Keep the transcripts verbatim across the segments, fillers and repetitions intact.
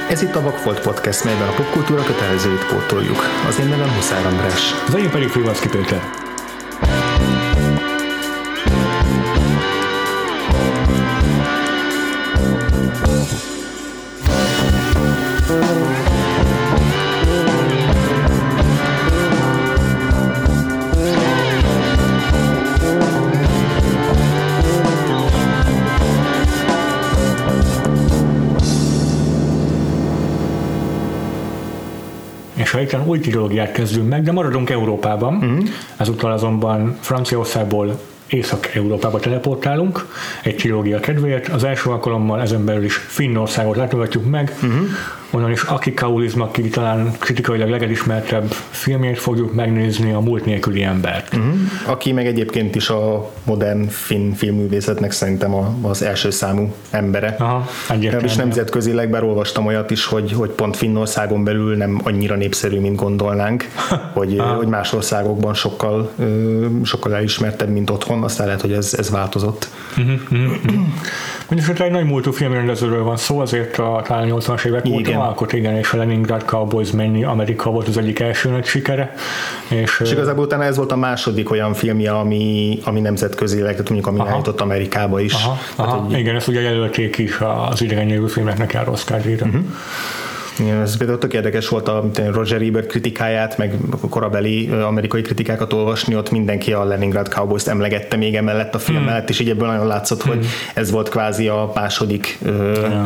Ez itt a Vakfolt Podcast, melyben a popkultúra kötelezőit pótoljuk. Az én nevem Huszár András. Az én pedig Frivalszki Péter. És ha itt új trilógiát kezdünk meg, de maradunk Európában, uh-huh. ezúttal azonban Franciaországból Észak-Európába teleportálunk egy trilógia kedvéért. Az első alkalommal ezen belül is Finnországot látogatjuk meg, uh-huh. onnan is Aki Kaurismäki talán kritikailag legelismertebb filmjét fogjuk megnézni, A múlt nélküli embert. Uh-huh. Aki meg egyébként is a modern finn filmművészetnek szerintem az első számú embere. Aha, egyértelmű. És nemzetközileg, bár olvastam olyat is, hogy, hogy pont Finnországon belül nem annyira népszerű, mint gondolnánk, hogy, hogy más országokban sokkal, sokkal elismertebb, mint otthon, aztán lehet, hogy ez, ez változott. Uh-huh, uh-huh, uh-huh. Mondjuk, egy nagy múltú filmrendezőről van szó, azért a talán nyolcvanas évek óta alkot, igen, és a Leningrad Cowboys menni Amerika volt az egyik első nagy sikere. És, és igazából utána ez volt a második olyan filmje, ami, ami nemzetközileg, tehát mondjuk ami eljutott Amerikába is. Aha, aha, tehát, hogy... Igen, ezt ugye jelölték is az idegen nyelvű filmeknek jár Oscar-díjra. Uh-huh. Igen, ez például tök érdekes volt a Roger Ebert kritikáját, meg a korabeli amerikai kritikákat olvasni, ott mindenki a Leningrad Cowboys-t emlegette még emellett a film mellett, mm. és így ebből nagyon látszott, mm. hogy ez volt kvázi a második yeah.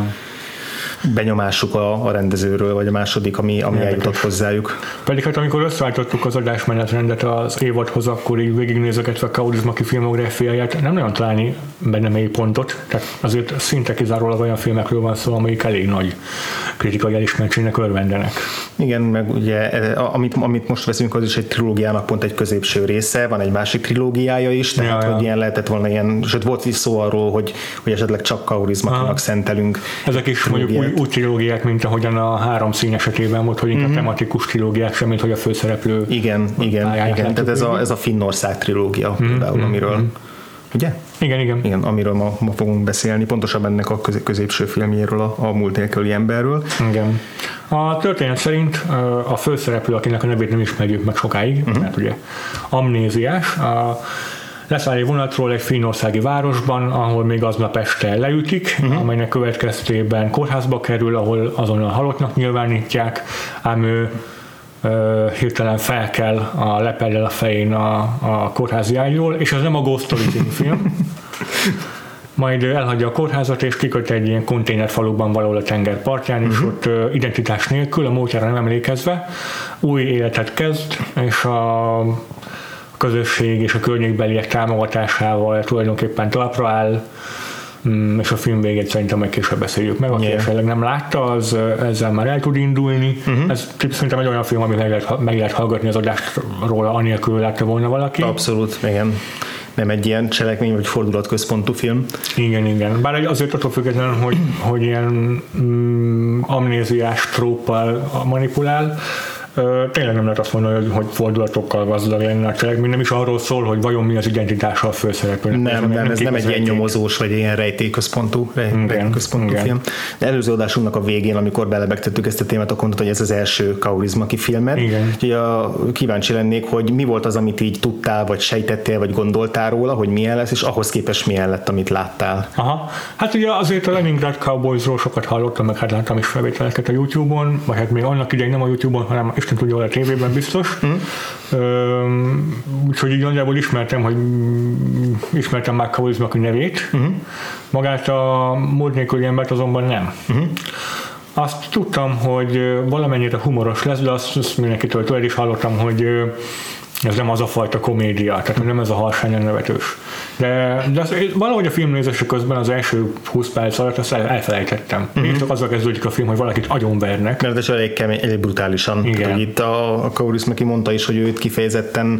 benyomásuk a, a rendezőről, vagy a második, ami, ami eljutott hozzájuk. Pedig hát amikor összeállítottuk az adásmenetrendet az évadhoz, akkor így végignézegetve a Kaurismäki filmográfiáját, nem nagyon találni benne mély pontot, tehát azért szinte kizárólag olyan filmekről van szó, amelyik elég nagy kritikai elismertségnek örvendenek. Igen, meg ugye amit, amit most veszünk, az is egy trilógiának pont egy középső része, van egy másik trilógiája is, tehát ja, hogy ja. ilyen lehetett volna ilyen, sőt volt is szó arról, hogy, hogy esetleg csak Kaurismäkinak szentelünk. Ezek is mondjuk új, új trilógiák, mint ahogyan a Három szín esetében volt, hogy inkább mm-hmm. tematikus trilógiák sem, mint hogy a főszereplő. Igen, igen, igen. Tehát ez a, ez a Finnország trilógia mm-hmm. például, amiről mm-hmm. ugye? Igen, igen. Igen, amiről ma, ma fogunk beszélni, pontosabb ennek a közé, középső filmjéről, a, a múlt nélküli emberről. Igen. A történet szerint a főszereplő, akinek a nevét nem ismerjük meg sokáig, uh-huh. mert ugye amnéziás, a leszáll egy vonatról egy finnországi városban, ahol még aznap este leütik, uh-huh. amelynek következtében kórházba kerül, ahol azonnal halottnak nyilvánítják, ám ő Uh, hirtelen felkel a lepellel a fején a, a kórházi ágyról, és ez nem a Ghost Story című film. Majd elhagyja a kórházat, és kiköt egy ilyen konténerfaluban valahol a tenger partján, uh-huh. és ott uh, identitás nélkül, a múltjára nem emlékezve, új életet kezd, és a közösség és a környékbeliek támogatásával tulajdonképpen talpra áll, Mm, és a film végét szerintem meg később beszéljük meg, aki yeah. esetleg nem látta, az ezzel már el tud indulni. Uh-huh. Ez szerintem egy olyan film, amit meg lehet, meg lehet hallgatni az adást róla, anélkül látta volna valaki. Abszolút, igen. Nem egy ilyen cselekmény vagy fordulatközpontú film. Igen, igen. Bár azért attól függetlenül, hogy, hogy ilyen mm, amnéziás tróppal manipulál, Uh, tényleg nem lehet azt mondani, hogy, hogy fordulatokkal gazdag lenne a cselekmény, nem is arról szól, hogy vajon mi az identitása a főszereplőnek. Nem, nem, nem, ez nem egy ilyen nyomozós, vagy ilyen rejtélyközpontú rejtélyközpontú film. De előző adásunknak a végén, amikor belebegtettük ezt a témát, akkor mondtad, hogy ez az első Kaurismäki filmet. Úgyhogy a, kíváncsi lennék, hogy mi volt az, amit így tudtál, vagy sejtettél, vagy gondoltál róla, hogy milyen lesz, és ahhoz képest milyen lett, amit láttál. Aha. Hát ugye azért a Leningrad Cowboysról sokat hallottam, meg hát láttam is felvételeket a YouTube-on, vagy hát még annak idején nem a YouTube-on, hanem Isten tudja, hogy a tévében biztos. Mm. Üm, úgyhogy így nagyjából ismertem, hogy ismertem már Kaurismäki nevét. Mm. Magát a múlt nélküli embert azonban nem. Mm. Azt tudtam, hogy valamennyire humoros lesz, de azt, azt mindenkitől tőled is hallottam, hogy ez nem az a fajta komédia, tehát nem ez a harsányan nevetős. De, de az, valahogy a filmnézése közben az első húsz perc alatt azt el, elfelejtettem. Uh-huh. Én csak azzal kezdődik a film, hogy valakit agyonvernek. Mert ez elég kemény, elég brutálisan. Igen. Tehát, itt a, a Kaurismäki mondta is, hogy őt kifejezetten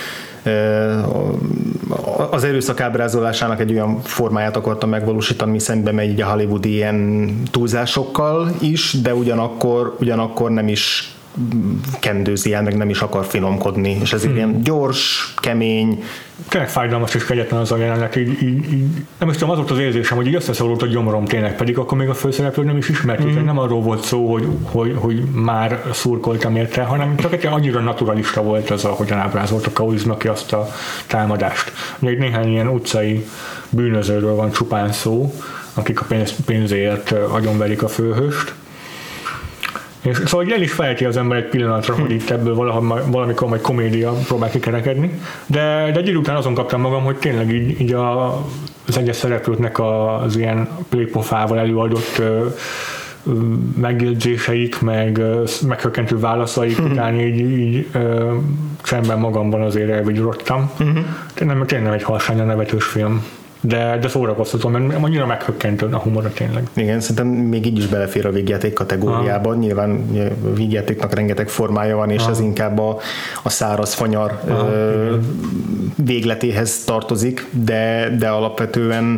az erőszak ábrázolásának egy olyan formáját akarta megvalósítani, mi szembe megy a hollywoodi ilyen túlzásokkal is, de ugyanakkor, ugyanakkor nem is kendőzi el, meg nem is akar finomkodni, és ezért hmm. ilyen gyors, kemény. Tényleg fájdalmas és kegyetlen az a jelenet, így, így, így, nem is tudom, az volt az érzésem, hogy így összeszorult a gyomrom tényleg, pedig akkor még a főszereplő nem is ismertük, hmm. nem arról volt szó, hogy, hogy, hogy már szurkoltam érte, hanem csak egy annyira naturalista volt az, ahogyan ábrázolt a Kaurismäki azt a támadást. Még néhány ilyen utcai bűnözőről van csupán szó, akik a pénz, pénzért agyonverik a főhőst. És szóval el is fejti az ember egy pillanatra, hogy itt ebből valahogy, valamikor majd komédia próbál kikerekedni, de, de egy idő után azon kaptam magam, hogy tényleg így, így a, az egyes szereplőknek az ilyen plépofával előadott ö, ö, megjegyzéseik, meg meghökkentő válaszaik után így, így ö, csendben magamban azért elvigyorodtam. Tényleg, tényleg egy harsányan nevetős film. De, de szórakoztató, mert annyira meghökkentő a humora tényleg. Igen, szerintem még így is belefér a vígjáték kategóriába. Aha. Nyilván a vígjátéknak rengeteg formája van, és Aha. ez inkább a, a száraz fanyar ö, végletéhez tartozik, de, de alapvetően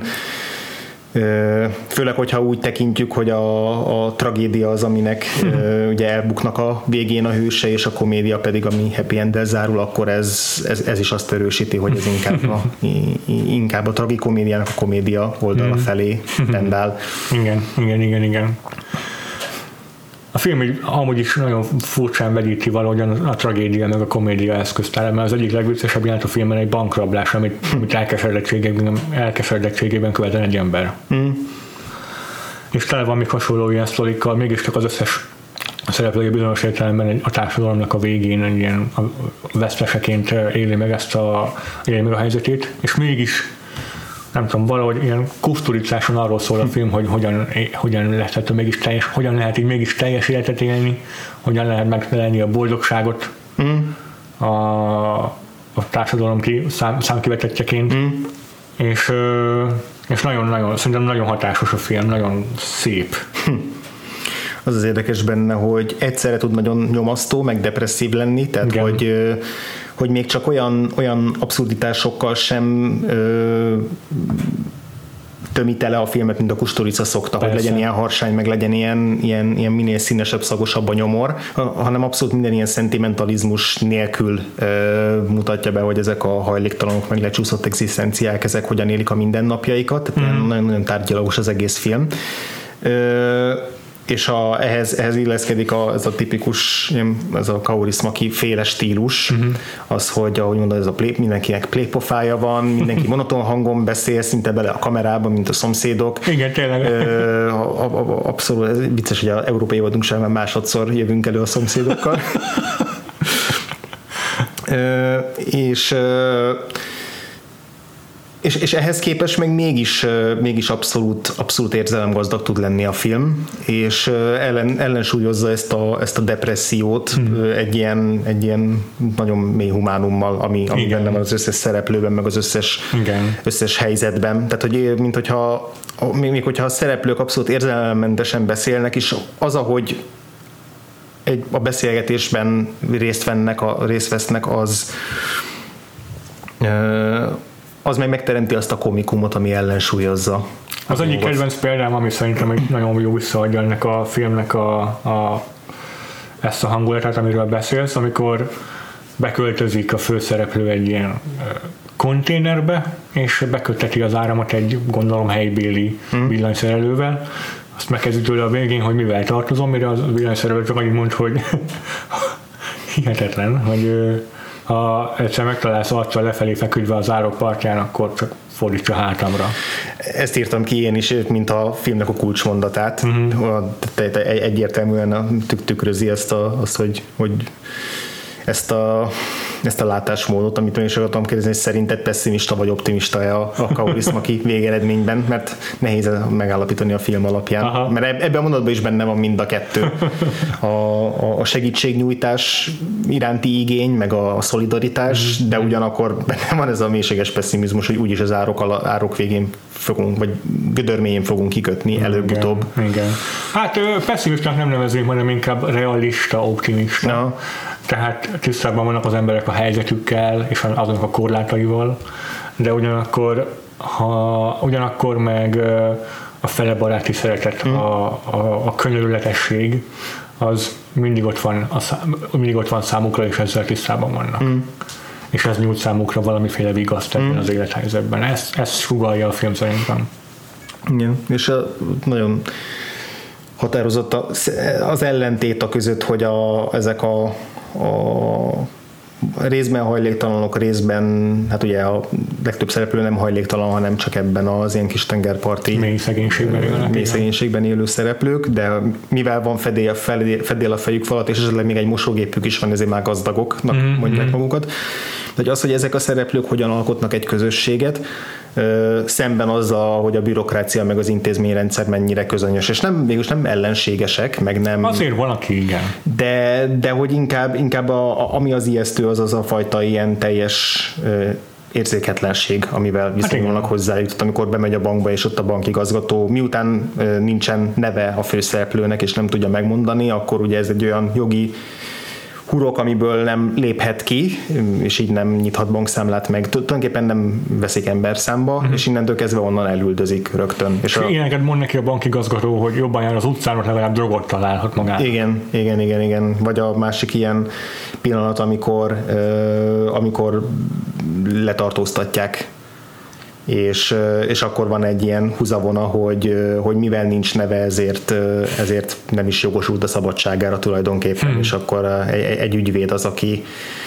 főleg, hogyha úgy tekintjük, hogy a, a tragédia az, aminek uh, ugye elbuknak a végén a hőse, és a komédia pedig, ami happy end-del zárul, akkor ez, ez, ez is azt erősíti, hogy ez inkább a, inkább a tragikomédiának a komédia oldala felé tendál. Igen, igen, igen, igen. A film így amúgy is nagyon furcsán vegyíti valahogyan a tragédia meg a komédia eszköztár, mert az egyik legviccesebb jelent a filmben egy bankrablás, amit, amit elkeseredettségében, elkeseredettségében követen egy ember. Mm. És tele van még hasonló ilyen sztorikkal, mégiscsak az összes szereplője bizonyos értelemben a társadalomnak a végén egy ilyen veszteseként éli meg ezt a, éli meg a helyzetét, és mégis nem tudom, valahogy ilyen kuszturicáson arról szól a film, hogy hogyan, hogyan lehet mégis teljes, hogyan lehet így mégis teljes életet élni, hogyan lehet megfelelni a boldogságot mm. a, a társadalom ki, szám, számkivetettjeként. Mm. És, és nagyon-nagyon, szerintem nagyon hatásos a film, nagyon szép. Hm. Az az érdekes benne, hogy egyszerre tud nagyon nyomasztó, meg depresszív lenni, tehát Igen. hogy hogy még csak olyan, olyan abszurditásokkal sem ö, tömi tele a filmet, mint a Kusturica szokta, Persze. hogy legyen ilyen harsány, meg legyen ilyen, ilyen, ilyen minél színesebb, szagosabb a nyomor, hanem abszolút minden ilyen szentimentalizmus nélkül ö, mutatja be, hogy ezek a hajléktalanok, meg lecsúszott egzisztenciák, ezek hogyan élik a mindennapjaikat, tehát mm. nagyon, nagyon tárgyalagos az egész film. Ö, és a, ehhez, ehhez illeszkedik a, ez a tipikus, ez a Kaurismäki féle stílus, uh-huh. az, hogy ahogy mondod, ez a plé, mindenkinek plépofája van, mindenki monoton hangon beszél, szinte bele a kamerába, mint a szomszédok. Igen, tényleg. Ö, a, a, abszolút, ez vicces, hogy az európai évadunk sem másodszor jövünk elő a szomszédokkal. ö, és ö, És, és ehhez képest meg mégis, mégis abszolút, abszolút érzelemgazdag tud lenni a film, és ellen, ellensúlyozza ezt a, ezt a depressziót hmm. egy, ilyen, egy ilyen nagyon mély humánummal, ami, ami benne van az összes szereplőben, meg az összes, összes helyzetben. Tehát, hogy mint hogyha, még hogyha a szereplők abszolút érzelemmentesen beszélnek, és az, ahogy egy, a beszélgetésben részt, vennek, a, részt vesznek, az az meg megteremti azt a komikumot, ami ellensúlyozza. Az egyik kedvenc példám, ami szerintem egy nagyon jó visszaadja ennek a filmnek a, a, ezt a hangulatát, amiről beszélsz, amikor beköltözik a főszereplő egy ilyen konténerbe, és beköteti az áramot egy, gondolom, helybéli hmm. villanyszerelővel. Azt megkezdi tőle a végén, hogy mivel tartozom, mire a villanyszerelő csak annyit mond, hogy hihetetlen, hogy ha egyszer megtalálsz arccal lefelé feküdve az árok partján, akkor csak fordítsa hátamra. Ezt írtam ki én is, mint a filmnek a kulcsmondatát. Uh-huh. Egyértelműen tükrözi ezt, a, azt, hogy, hogy ezt a ezt a látásmódot, amit én is akartam kérdezni, hogy szerinted pessimista vagy optimista a, a Kaurismäki végeredményben, mert nehéz megállapítani a film alapján. Aha. Mert ebben a mondatban is benne van mind a kettő. A, a, a segítségnyújtás iránti igény, meg a szolidaritás, mm-hmm. de ugyanakkor benne van ez a mélységes pessimizmus, hogy úgyis az árok, ala, árok végén fogunk, vagy gödörmélyén fogunk kikötni előbb-utóbb. Igen, igen. Hát pessimistának nem nevezzük, hanem inkább realista, optimista. Ja. Tehát tisztában vannak az emberek a helyzetükkel és azonnak a korlátaival, de ugyanakkor, ha, ugyanakkor meg a fele baráti szeretet, mm. a, a, a könyörületesség, az mindig ott van, a szám, mindig ott van számukra, és ezzel tisztában vannak. Mm. És ez nyújt számukra valamiféle vigaszt ebben mm. az élethelyzetben. Ezt, ezt sugallja a film szerintem. Igen, és a, nagyon határozott a, az ellentét a között, hogy a, ezek a, a részben hajléktalanok, részben, hát ugye a legtöbb szereplő nem hajléktalan, hanem csak ebben az ilyen kis tengerparti mély szegénységben élők, mély szegénységben élő szereplők, de mivel van fedél, fedél, fedél a fejük falat, és esetleg még egy mosógépük is van, ezért már gazdagoknak mm-hmm. mondják magukat. De az, hogy ezek a szereplők hogyan alkotnak egy közösséget, szemben azzal, hogy a bürokrácia meg az intézményrendszer mennyire közönyös, és nem, végülis nem ellenségesek, meg nem... Azért valaki, igen. De, de hogy inkább, inkább a, a, ami az ijesztő, az az a fajta ilyen teljes érzéketlenség, amivel viszonyulnak hát hozzájuk, amikor bemegy a bankba, és ott a bankigazgató, miután nincsen neve a főszereplőnek, és nem tudja megmondani, akkor ugye ez egy olyan jogi hurok, amiből nem léphet ki, és így nem nyithat bankszámlát meg. Tulajdonképpen nem veszik ember számba, uh-huh. és innentől kezdve onnan elüldözik rögtön. És a... ilyeneket mond neki a bankigazgató, hogy jobban jár az utcán, ott legalább drogot találhat magát. Igen, igen, igen, igen. Vagy a másik ilyen pillanat, amikor, uh, amikor letartóztatják, és, és akkor van egy ilyen húzavona, hogy, hogy mivel nincs neve, ezért, ezért nem is jogosult a szabadságára tulajdonképpen, hmm. és akkor egy, egy ügyvéd az, aki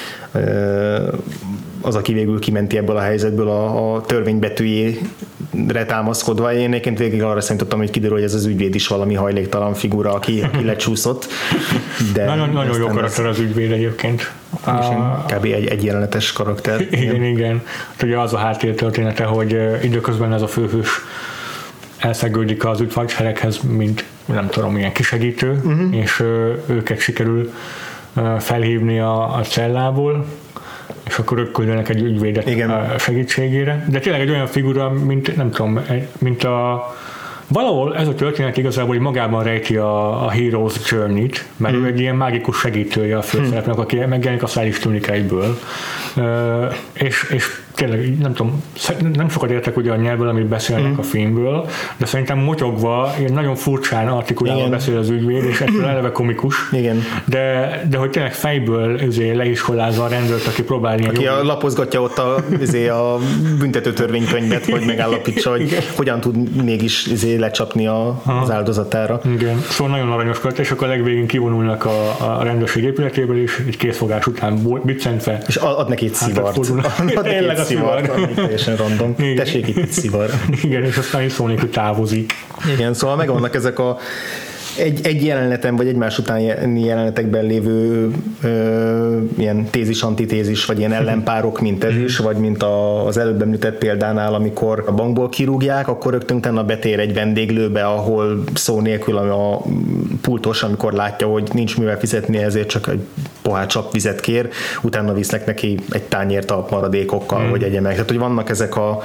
az, aki végül kimenti ebből a helyzetből a, a törvény betűjére támaszkodva. Én egyébként végig arra számítottam, hogy kiderül, hogy ez az ügyvéd is valami hajléktalan figura, aki, aki lecsúszott. De nagyon, nagyon jó karakter az ügyvéd egyébként. A... kb. egy, egy jelenetes karakter. Igen, igen. igen. Ugye az a háttértörténete, hogy időközben ez a főhős elszegődik az ügyfegyverekhez, mint nem tudom, milyen kisegítő, uh-huh. és őket sikerül felhívni a, a cellából, és akkor ők küldenek egy ügyvédet igen. a segítségére. De tényleg egy olyan figura, mint nem tudom, mint a valahol ez a történet igazából hogy magában rejti a, a Hero's Journey-t, mert hmm. ő egy ilyen mágikus segítője a főszereplőnek, hmm. aki megjelenik, aztán is tűnik egyből. Uh, és, és tényleg nem tudom, nem sokat értek ugye a nyelvből, amit beszélnek hmm. a filmből, de szerintem motyogva, ilyen nagyon furcsán artikulálva beszél az ügyvéd, és ettől eleve komikus. Igen. De, de hogy tényleg fejből leiskolázza a rendőrt, aki próbál ilyen aki a lapozgatja ott a, a büntető törvénykönyvet, hogy megállapítsa, hogy igen. hogyan tud mégis lecsapni a, az áldozatára. Igen, szóval nagyon aranyos költ, és akkor a legvégén kivonulnak a, a rendőrség épületéből, és egy készfogás után biccentve. És ad neki egy szivart. Ad neki egy szivart, ami teljesen random. Igen. Tessék itt egy szivar. Igen, és aztán is szólnék, hogy távozik. Igen, szóval megvannak ezek a egy, egy jeleneten, vagy egymás utáni jelenetekben lévő ö, ilyen tézis-antitézis, vagy ilyen ellenpárok, mint ez is, vagy mint a, az előbb említett példánál, amikor a bankból kirúgják, akkor rögtön utána betér egy vendéglőbe, ahol szó nélkül a pultos, amikor látja, hogy nincs mivel fizetni, ezért csak egy pohár csapvizet kér, utána visznek neki egy tányért a maradékokkal, mm. hogy egye meg. Tehát, hogy vannak ezek a,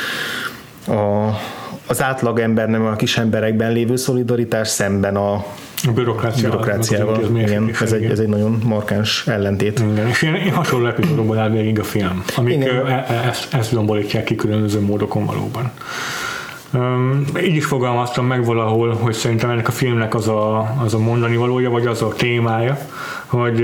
a az átlag ember, nem a kis emberekben lévő szolidaritás szemben a, a bürokráciával. bürokráciával. Igen, ez, egy, ez egy nagyon markáns ellentét. Igen, és ilyen, ilyen hasonló epizódokból áll végig a film, amik e, e, ezt, ezt dombolítják ki különböző módokon valóban. Um, így is fogalmaztam meg valahol, hogy szerintem ennek a filmnek az a, az a mondani valója, vagy az a témája, hogy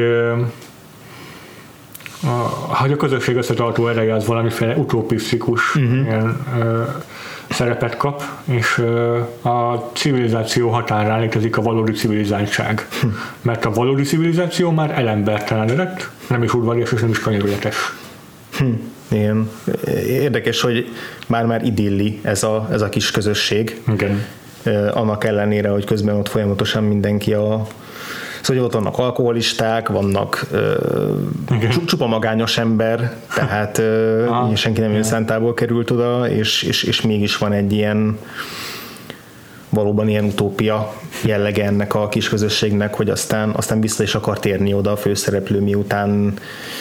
uh, a, hogy a közösség összetartó ereje az valamiféle utopisztikus uh-huh. ilyen, uh, szerepet kap, és a civilizáció határán létezik a valódi civilizáltság. Hm. Mert a valódi civilizáció már elembertelen lett, nem is udvarias, és nem is kanyarületes. Hm. Igen. Érdekes, hogy már-már idilli ez a, ez a kis közösség. Igen. Annak ellenére, hogy közben ott folyamatosan mindenki a szóval ott vannak alkoholisták, vannak uh, csupa magányos ember, tehát uh, senki nem önszántából került oda, és, és, és mégis van egy ilyen valóban ilyen utópia jellege ennek a kis közösségnek, hogy aztán, aztán vissza is akar térni oda a főszereplő, miután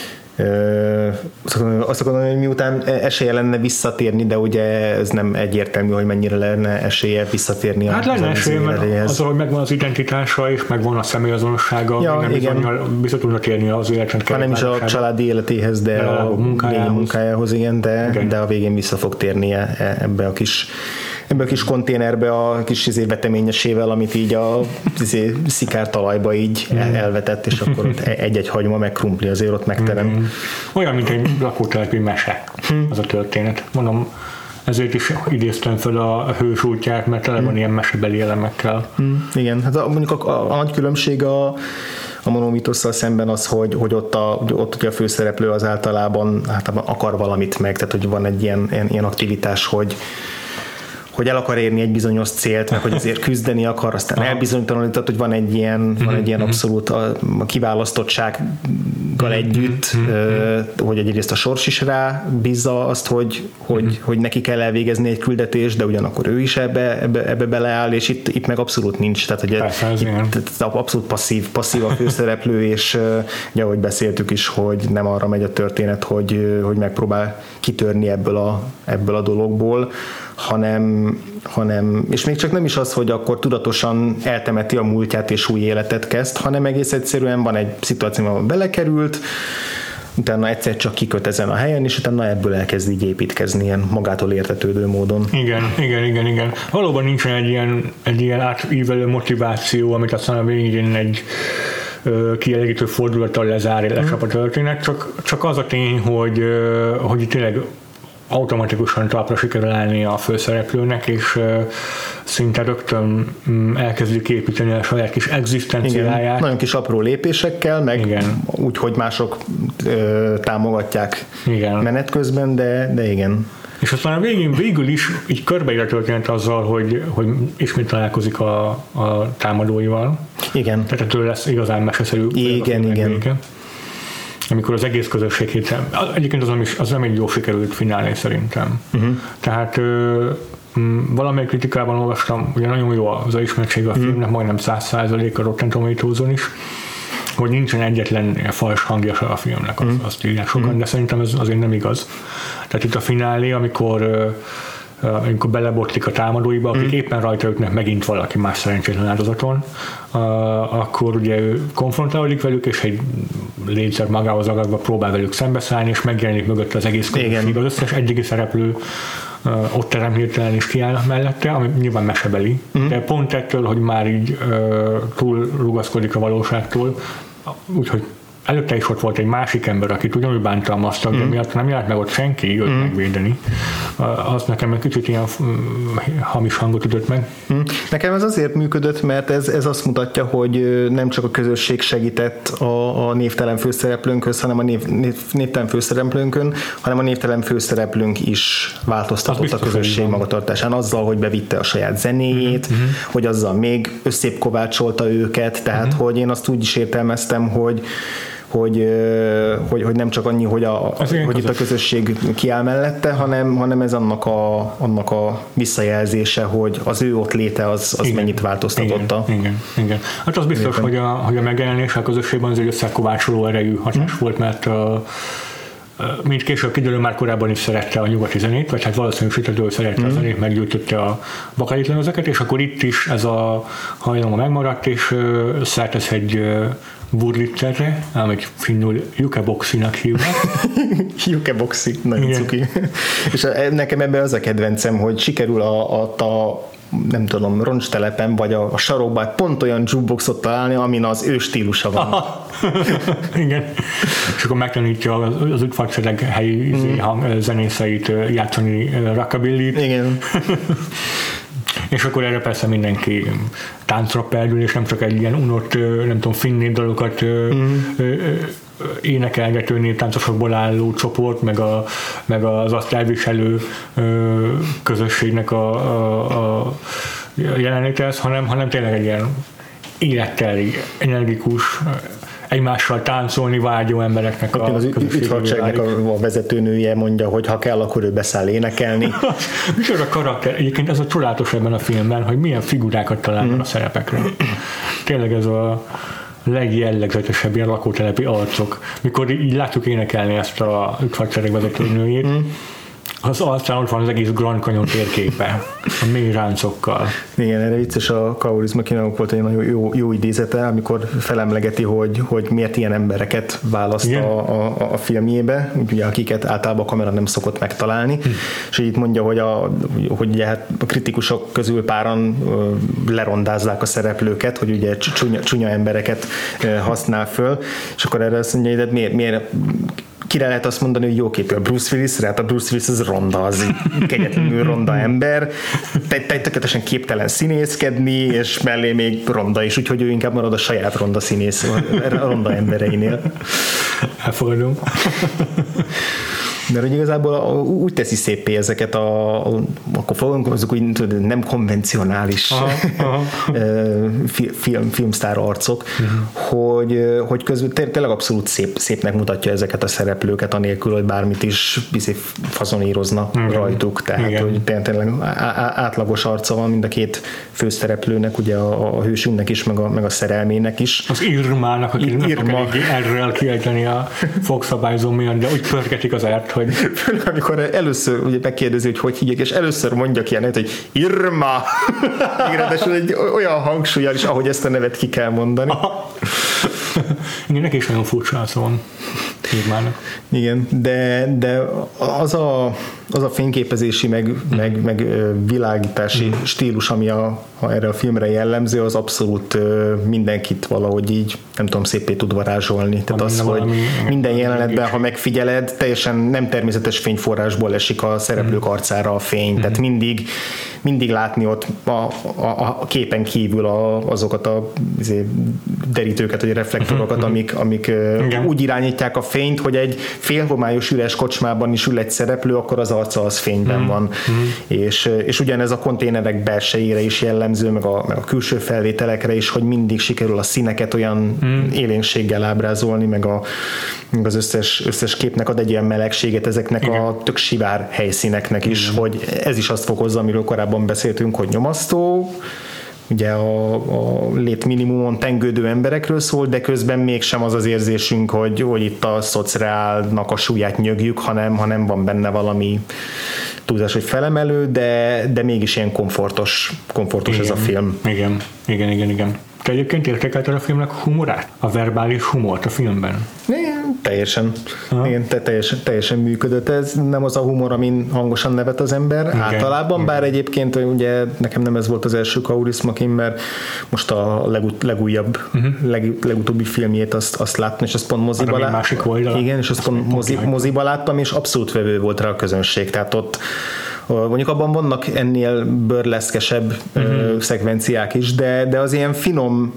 azt akarom, hogy miután esélye lenne visszatérni, de ugye ez nem egyértelmű, hogy mennyire lenne esélye visszatérni. Hát lenne esélye, mert az, hogy megvan az identitása és megvan a személyazonossága, ja, nem bizonyal, vissza tudna térni az életet. Hát nem is a családi életéhez, de, de a, a munkájához. munkájához, igen, de, igen. de a végén vissza fog térni ebbe a kis ebbe a kis konténerbe a kis izé veteményesével, amit így a izé szikártalajba így el, elvetett, és akkor ott egy-egy hagyma meg krumpli azért ott megterem. Mm. Olyan, mint egy lakótelepi mese az a történet. Mondom, ezért is idéztem fel a hős útját, mert tele van mm. ilyen mesebeli elemekkel. Mm. Igen, hát a, mondjuk a, a, a nagy különbség a, a monomitosszal szemben az, hogy, hogy ott, a, ott ugye a főszereplő az általában hát akar valamit meg, tehát hogy van egy ilyen, ilyen, ilyen aktivitás, hogy hogy el akar érni egy bizonyos célt, meg hogy azért küzdeni akar, aztán elbizonytalanít, tehát hogy van egy ilyen, mm-hmm. van egy ilyen abszolút a, a kiválasztottsággal együtt, mm-hmm. hogy egyrészt a sors is rá bízza azt, hogy, hogy, mm-hmm. hogy neki kell elvégezni egy küldetést, de ugyanakkor ő is ebbe, ebbe, ebbe beleáll, és itt, itt meg abszolút nincs, tehát hogy Persze, itt, abszolút passzív, passzív a főszereplő, és ugye, ahogy beszéltük is, hogy nem arra megy a történet, hogy, hogy megpróbál kitörni ebből a, ebből a dologból, hanem, hanem, és még csak nem is az, hogy akkor tudatosan eltemeti a múltját és új életet kezd, hanem egész egyszerűen van egy szituáció, ahol belekerült, utána egyszer csak kiköt ezen a helyen, és utána ebből elkezd így építkezni ilyen magától értetődő módon. Igen, igen, igen, igen. Valóban nincsen egy ilyen, egy ilyen átívelő motiváció, amit aztán a végén egy kielégítő fordulattal lezár, lecsap a történet, csak, csak az a tény, hogy, hogy tényleg automatikusan talpra sikerül állni a főszereplőnek, és uh, szinte rögtön um, elkezdjük építeni a saját kis egzisztenciáját. Igen, nagyon kis apró lépésekkel, meg igen. úgy, hogy mások uh, támogatják igen. menet közben, de, de igen. És aztán a végén végül is így körbeír a történet azzal, hogy, hogy ismét találkozik a, a támadóival. Igen. Tehát ettől lesz igazán meseszerű. Igen, igen. Végén. Amikor az egész közösség héten, egyébként az nem, is, az nem egy jó sikerült finálé szerintem. Uh-huh. Tehát ö, m, valamelyik kritikában olvastam, ugye nagyon jó az ismertsége a uh-huh. filmnek, majdnem száz százalék a Rotten Tomatoes-on is, hogy nincsen egyetlen fals hangja a filmnek, az, uh-huh. azt írják sokan, uh-huh. de szerintem ez azért nem igaz. Tehát itt a finálé, amikor ö, amikor belebotlik a támadóiba, akik mm. éppen rajta ütnek megint valaki más szerencsétlen áldozaton, akkor ugye ő konfrontálódik velük, és egy létszer magához agadva próbál velük szembeszállni, és megjelenik mögött az egész közösség, az összes eddigi szereplő ott terem hirtelen is kiállnak mellette, ami nyilván mesebeli, mm. de pont ettől, hogy már így túl rugaszkodik a valóságtól, úgyhogy előtte is ott volt egy másik ember, akit ugyanúgy bántalmaztak, mm. de miatt nem járt meg ott senki őt mm. megvédeni. Az nekem egy kicsit ilyen hamis hangot ütött meg. Mm. Nekem ez azért működött, mert ez, ez azt mutatja, hogy nem csak a közösség segített a, a névtelen főszereplőnkhöz, hanem a név, név, névtelen főszereplőnkön, hanem a névtelen főszereplőnk is változtatott a közösség magatartásán azzal, hogy bevitte a saját zenéjét, mm-hmm. hogy azzal még összébb kovácsolta őket, tehát mm-hmm. hogy én azt úgy is értelmeztem, hogy Hogy, hogy, hogy nem csak annyi, hogy, a, hogy itt a közösség kiáll mellette, hanem, hanem ez annak a, annak a visszajelzése, hogy az ő ott léte az, az mennyit változtatotta. Igen, igen, igen. Hát az biztos, hogy a, hogy a megjelenés a közösségben az egy összekovácsoló erejű hatás hmm. volt, mert a, mint később kiderül, már korábban is szerette a nyugati zenét, vagy hát valószínűsítető szerette mm. a zenét, meggyújtotta a bakelitlemezeket, és akkor itt is ez a hajlama megmaradt, és uh, szertesz egy uh, Wurlitzerre, amit finnul jukeboxinak hívnak. Jukeboxi, nagyon cuki. És nekem ebben az a kedvencem, hogy sikerül a, a, a nem tudom, roncstelepen, vagy a, a sarokban pont olyan jukeboxot találni, amin az ő stílusa van. Igen. És akkor megtanítja az, az üdvacsereg helyi mm. hang, zenészeit játszani rockabillyt. Igen. És akkor erre persze mindenki táncra perdül, és nem csak egy ilyen unott, nem tudom, finn népdalokat mm. énekelgető néptáncosokból álló csoport, meg, a, meg az azt elviselő közösségnek a, a, a jelenléte ez, hanem, hanem tényleg egy ilyen életteli, energikus, egymással táncolni vágyó embereknek a az üdvacsernek a, a vezetőnője mondja, hogy ha kell, akkor ő beszáll énekelni. Micsoda karakter. Egyébként ez a csodálatos ebben a filmben, hogy milyen figurákat találnak mm. a szerepekre. Tényleg ez a legjellegzetesebb ilyen lakótelepi arcok. Mikor így látjuk énekelni ezt a üdvacsereg vezetőnőjét, mm. Az arcán ott van az egész Grand Canyon térképe, a mély ráncokkal. Igen, erre vicces a Kaurismäki Makinának volt egy nagyon jó, jó idézete, amikor felemlegeti, hogy, hogy miért ilyen embereket választ a, a, a filmjébe, ugye, akiket általában a kamera nem szokott megtalálni, hm. és így mondja, hogy a, hogy ugye, hát a kritikusok közül páran lerondázzák a szereplőket, hogy ugye csúnya, csúnya embereket használ föl, és akkor erre azt mondja, hogy miért, miért kire lehet azt mondani, hogy jó képű a Bruce Willisre, hát a Bruce Willis az ronda, az kegyetlenül ronda ember, tökéletesen képtelen színészkedni, és mellé még ronda is, úgyhogy ő inkább marad a saját ronda színész, a ronda embereinél. Elfogadom. Mert hogy igazából úgy teszi szépé ezeket a, a akkor fogalmazunk úgy nem konvencionális aha, aha. film, filmsztár arcok, uh-huh. hogy, hogy közül tényleg abszolút szép, szépnek mutatja ezeket a szereplőket, anélkül, hogy bármit is fazonírozna igen. rajtuk. Tehát, igen. hogy tényleg átlagos arca van mind a két főszereplőnek, ugye a, a hősünknek is, meg a, meg a szerelmének is. Az Irmának, aki I- nem Irma. tudok erről kiejteni a fogszabályzó miatt, de úgy pörgetik az ert, hogy amikor először ugye megkérdezi, hogy hogy hívják, és először mondja ilyen, hogy Irma! Ráadásul egy olyan hangsúlyjal is, ahogy ezt a nevet ki kell mondani. Igen, neki is nagyon furcsa szó van Irmának. Igen, de, de az, a, az a fényképezési, meg, mm. meg, meg világítási mm. stílus, ami a, a, erre a filmre jellemző, az abszolút mindenkit valahogy így, nem tudom, szépé tud varázsolni. Tehát az, hogy minden jelenetben, ha megfigyeled, teljesen nem természetes fényforrásból esik a szereplők arcára a fény. Mm. Tehát mindig, mindig látni ott a, a, a képen kívül a, azokat a derítőket, vagy reflektorokat, amik, amik úgy irányítják a fényt, hogy egy félhomályos üres kocsmában is ül egy szereplő, akkor az arca az fényben mm. van. Mm. És, és ugyanez a konténerek belsejére is jellemző, meg a, meg a külső felvételekre is, hogy mindig sikerül a színeket olyan mm. élénkséggel ábrázolni, meg, a, meg az összes, összes képnek ad egy ilyen melegséget ezeknek igen. a tök sivár helyszíneknek is, mm. hogy ez is azt fokozza, amiről korábban beszéltünk, hogy nyomasztó, ugye a, a létminimumon tengődő emberekről szól, de közben mégsem az az érzésünk, hogy, hogy itt a szociálnak a súlyát nyögjük, hanem, hanem van benne valami túlzás, hogy felemelő, de, de mégis ilyen komfortos, komfortos igen, ez a film. Igen, igen, igen, igen. Te egyébként értékelted a filmnek humorát? A verbális humort a filmben? Igen, teljesen. Igen, te, teljesen, teljesen működött. Ez nem az a humor, amin hangosan nevet az ember. Igen. Általában, bár egyébként ugye nekem nem ez volt az első Kaurismäki, mert most a legut, legújabb, uh-huh. leg, legutóbbi filmjét azt, azt láttam, és azt pont moziba láttam. Igen, és azt pont mozi, moziba láttam, és abszolút vevő volt rá a közönség. Tehát ott mondjuk abban vannak ennél burleszkesebb uh-huh. szekvenciák is, de, de az ilyen finom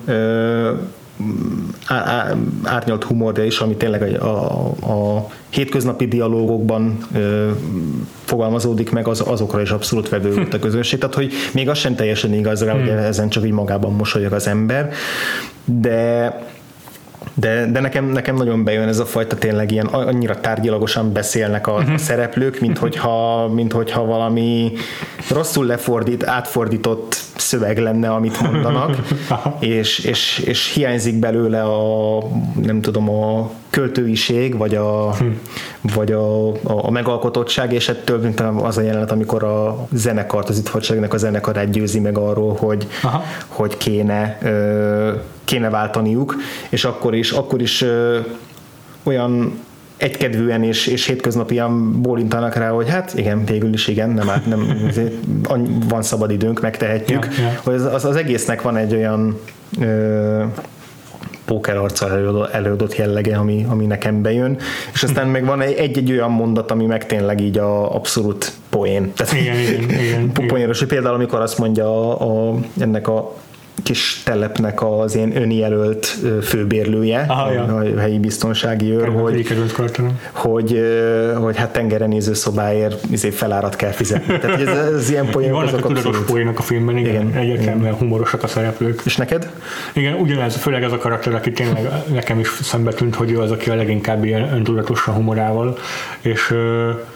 á, á, árnyalt humorja is, ami tényleg a, a, a hétköznapi dialógokban ö, fogalmazódik meg, az, azokra is abszolút vevő volt a közönség. Tehát, hogy még az sem teljesen igaz rá, hmm. hogy ezen csak így magában mosolyog az ember, de De, de nekem, nekem nagyon bejön ez a fajta, tényleg ilyen annyira tárgyilagosan beszélnek a, uh-huh. a szereplők, mint hogyha, mint hogyha valami rosszul lefordít, átfordított szöveg lenne, amit mondanak, és, és, és hiányzik belőle a, nem tudom, a költőiség, vagy a, hm. vagy a, a, a megalkotottság, és ettől az a jelenet, amikor a zenekart, az itt hadseregnek a zenekarát győzi meg arról, hogy, hogy kéne, kéne váltaniuk, és akkor is, akkor is olyan egykedvűen és, és hétköznapian bólintanak rá, hogy hát igen, végül is igen, nem, nem van szabad időnk, megtehetjük. Ja, ja. Hogy az, az egésznek van egy olyan ö, pókerarccal előadott jellege, ami, ami nekem bejön, és aztán meg van egy-egy olyan mondat, ami meg tényleg így a abszolút poén. Tehát igen, igen, igen, poénos, hogy például amikor azt mondja a, a, ennek a kis telepnek az ilyen önjelölt főbérlője, aha, ja. a helyi biztonsági őr, hogy, hogy, hogy hát tengeren néző szobáért ezért felárat kell fizetni. Tehát ez, ez ilyen poénok. Vannak a tudatos poénok a filmben, igen, igen, egyértelműen humorosak a szereplők. És neked? Igen, ugyanez, főleg ez a karakter, aki tényleg nekem is szembe tűnt, hogy ő az, aki a leginkább ilyen öntudatosan humorával, és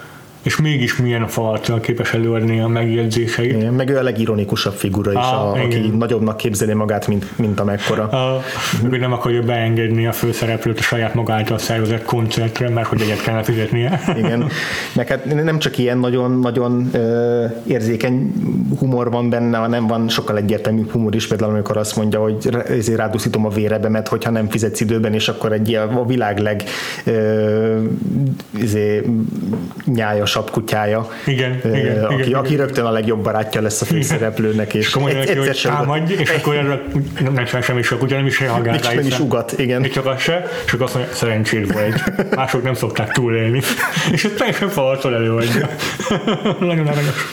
és mégis milyen falattal képes előadni a megjegyzéseit. Igen, meg ő a legironikusabb figura is, ah, a, aki nagyobbnak képzeli magát, mint, mint amekkora. A, ő nem akarja beengedni a főszereplőt a saját magától szervezett koncertre, mert hogy egyet kellene fizetnie. Igen, meg hát nem csak ilyen nagyon-nagyon uh, érzékeny humor van benne, hanem van sokkal egyértelműbb humor is, például amikor azt mondja, hogy ezért ráduszítom a vérebemet, hogyha nem fizetsz időben, és akkor egy a világ leg uh, ezért, nyájasabb kutyája, igen, uh, igen, aki, igen, aki igen. rögtön a legjobb barátja lesz a főszereplőnek, és, és egy, egyszer hogy sem támadj, és akkor erre nem sem semmi sok, ugye nem is reagál rá. Nem is ugat, igen. Még csak az se, csak azt mondja, szerencsét vagy. Mások nem szokták túlélni. És ez teljesen falatól előadja. Nagyon aranyos.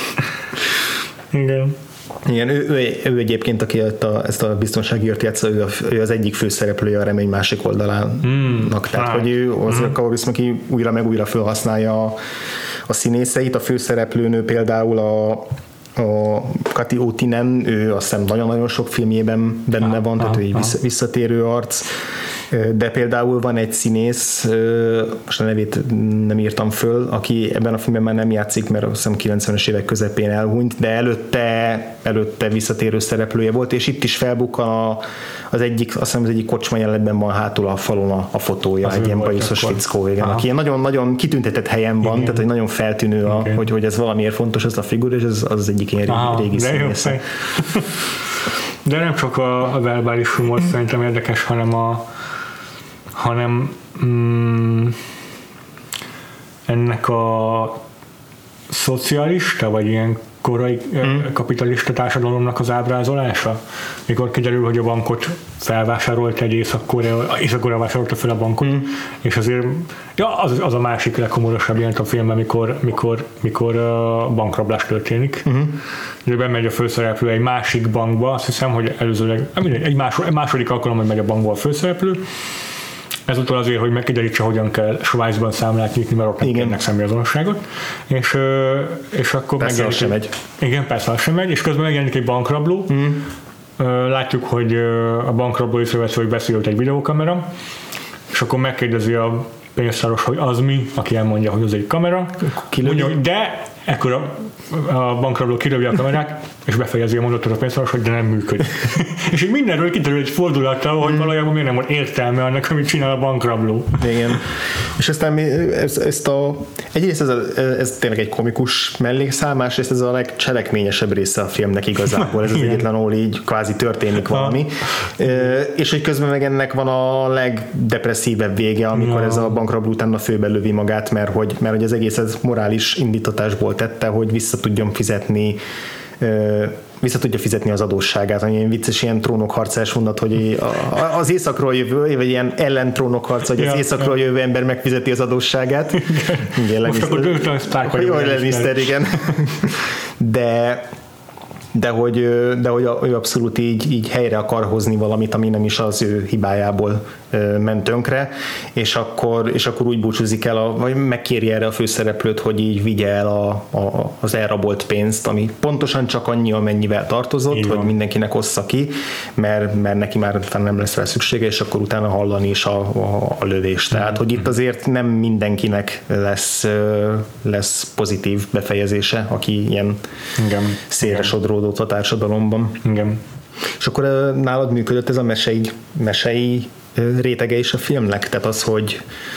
Igen. Igen, ő, ő, ő egyébként, aki a, ezt a biztonsági őrt játsza, ő, ő az egyik főszereplője a remény másik oldalának. Mm, Tehát, hát. hogy ő az mm. Kaurismäki, aki újra meg újra felhasználja a, a színészeit. A főszereplőnő például a, a Kati Outinen, ő azt hiszem nagyon-nagyon sok filmjében benne ah, van, tehát ah, ő egy ah. visszatérő arc. De például van egy színész, most a nevét nem írtam föl, aki ebben a filmben már nem játszik, mert azt hiszem kilencvenes évek közepén elhunyt, de előtte, előtte visszatérő szereplője volt, és itt is felbukkan a, az egyik, azt hiszem az egyik kocsma jelenetben van hátul a falon a, a fotója, az egy ilyen bajuszos fickó, igen, aki nagyon-nagyon kitüntetett helyen van, igen. Tehát hogy nagyon feltűnő, a, hogy, hogy ez valamiért fontos ez a figura, és ez az, az egyik ilyen Aha, régi színész. De nem csak a, a verbális humor szerintem érdekes, hanem a hanem mm, ennek a szocialista, vagy ilyen korai mm. kapitalista társadalomnak az ábrázolása, mikor kiderül, hogy a bankot felvásárolt egy Észak-Korea, Észak-Korea vásárolta fel a bankot, mm. és azért ja, az, az a másik legkomorosabb jelent a filmben, mikor, mikor, mikor uh, bankrablás történik. Mm. Ugye bemegy a főszereplő egy másik bankba, azt hiszem, hogy előzőleg egy, másod, egy második alkalommal megy a bankba a főszereplő, ezúttal azért, hogy megkiderítse, hogyan kell Svájcban számlát nyitni, mert ott nem kérnek személyazonosságot. És, és akkor persze az sem megy. Igen, persze az sem megy, és közben megjelenik egy bankrabló. Mm. Látjuk, hogy a bankrabló észrevesz, hogy beszélt egy videókamera, és akkor megkérdezi a pénztáros, hogy az mi, aki elmondja, hogy az egy kamera. Mondja, de ekkor a, a bankrabló kirövi a kamerát, és befejezi a mondatot a pénztáros, hogy de nem működik. És így mindenről kiderül egy fordulattal, hogy mm. valójában miért nem volt értelme annak, amit csinál a bankrabló. Igen. És aztán ez, ezt a, egyrészt ez, a, ez tényleg egy komikus mellékszál, másrészt ez a legcselekményesebb része a filmnek igazából. Ez az egyetlen, ahol így kvázi történik valami. E, és hogy közben meg ennek van a legdepresszívebb vége, amikor ja. ez a bankrabló utána főbe lövi magát, mert hogy, mert hogy az egész ez morális indítatásból tette, hogy vissza tudjon fizetni vissza tudja fizetni az adósságát. Ilyen vicces, ilyen trónokharcás mondat, hogy az északról jövő, vagy ilyen ellentrónokharc, hogy az északról jövő ember megfizeti az adósságát. Igen, most akkor döntően Stark vagy. Jó, Lannister, igen. De de hogy, de hogy ő abszolút így, így helyre akar hozni valamit, ami nem is az ő hibájából ment tönkre, és akkor, és akkor úgy búcsúzik el, a, vagy megkéri erre a főszereplőt, hogy így vigye el a, a, az elrabolt pénzt, ami pontosan csak annyi, amennyivel tartozott, igen. hogy mindenkinek ossza ki, mert, mert neki már nem lesz rá szüksége, és akkor utána hallani is a, a, a lövést. Tehát, igen. hogy itt azért nem mindenkinek lesz, lesz pozitív befejezése, aki ilyen igen. szélre sodródott a társadalomban. Igen. És akkor nálad működött ez a mesei, mesei rétege is a filmnek? Tehát az, hogy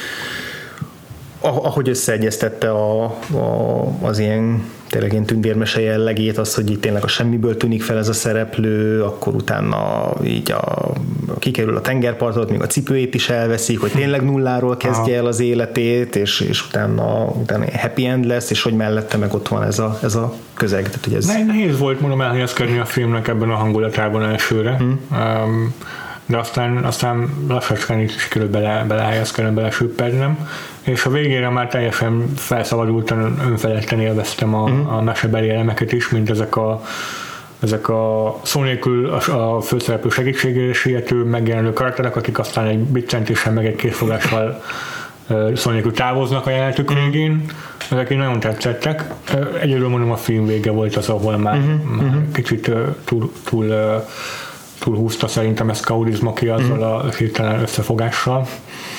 ahogy összeegyeztette a, a, az ilyen tényleg ilyen tündérmese jellegét, az, hogy itt tényleg a semmiből tűnik fel ez a szereplő, akkor utána így a, kikerül a tengerpartot, még a cipőjét is elveszik, hogy tényleg nulláról kezdje el az életét, és, és utána, utána happy end lesz, és hogy mellette meg ott van ez a, ez a közeg. Tehát, hogy ez... Nehéz volt mondom elhelyezkedni a filmnek ebben a hangulatában elsőre. Hmm. Um, de aztán, aztán lassacskán is sikerült bele, belehelyezkednem, belesüppednem, és a végére már teljesen felszabadultan, önfeledten élveztem a, mm. a mesebeli elemeket is, mint ezek a, ezek a szó nélkül a, a főszereplő segítségére siető megjelenő karakterek, akik aztán egy biccentéssel meg egy készfogással szó nélkül távoznak a jelenetük végén. Ezek így nagyon tetszettek. Egyedül mondom, a film vége volt az, ahol már, mm-hmm. már kicsit túl, túl túlhúzta szerintem ezt Kaurismäki azzal a hirtelen összefogással.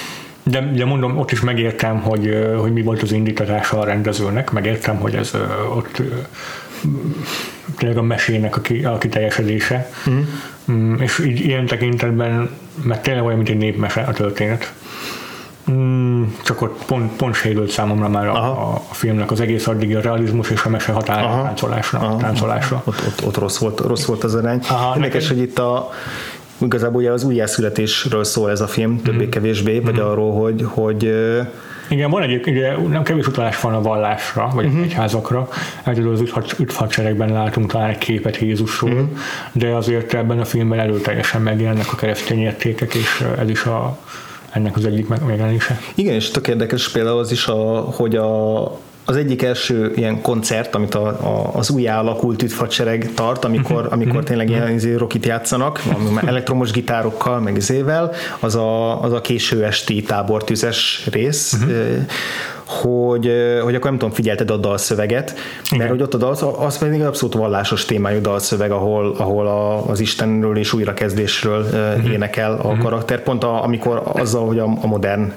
De, de mondom, ott is megértem, hogy, hogy mi volt az indítatása a rendezőnek, megértem, hogy ez ott tényleg a mesének a, ki, a kiteljesedése. Mm. És így ilyen tekintetben, mert tényleg olyan, mint egy népmese a történet. Mm, csak ott pont, pont sérült számomra már a, a filmnek az egész addigi a realizmus és a mese határa táncolásra. táncolásra. Ott, ott, ott rossz, volt, rossz volt az arány. Érdekes, hogy itt a igazából ugye az újjászületésről szól ez a film, többé-kevésbé, vagy mm-hmm. arról, hogy, hogy igen, van egy, ugye, nem kevés utalás van a vallásra, vagy uh-huh. egyházakra. Egyedül az üdvhadseregben látunk talán egy képet Jézusról, uh-huh. de azért ebben a filmben erőteljesen megjelennek a keresztény értékek, és ez is a, ennek az egyik megjelenése. Igen, és tök érdekes például az is, a, hogy a az egyik első ilyen koncert, amit a, a, az újjá alakult üdvhadsereg tart, amikor, amikor tényleg ilyen rockit játszanak, elektromos gitárokkal, meg izével, az a, az a késő esti tábortüzes rész, uh-huh. hogy, hogy akkor nem tudom, figyelted a dalszöveget, mert igen. hogy ott a dal, az pedig abszolút vallásos témájú dalszöveg, ahol, ahol a, az Istenről és újrakezdésről uh-huh. énekel a uh-huh. karakter, pont a, amikor azzal, hogy a, a modern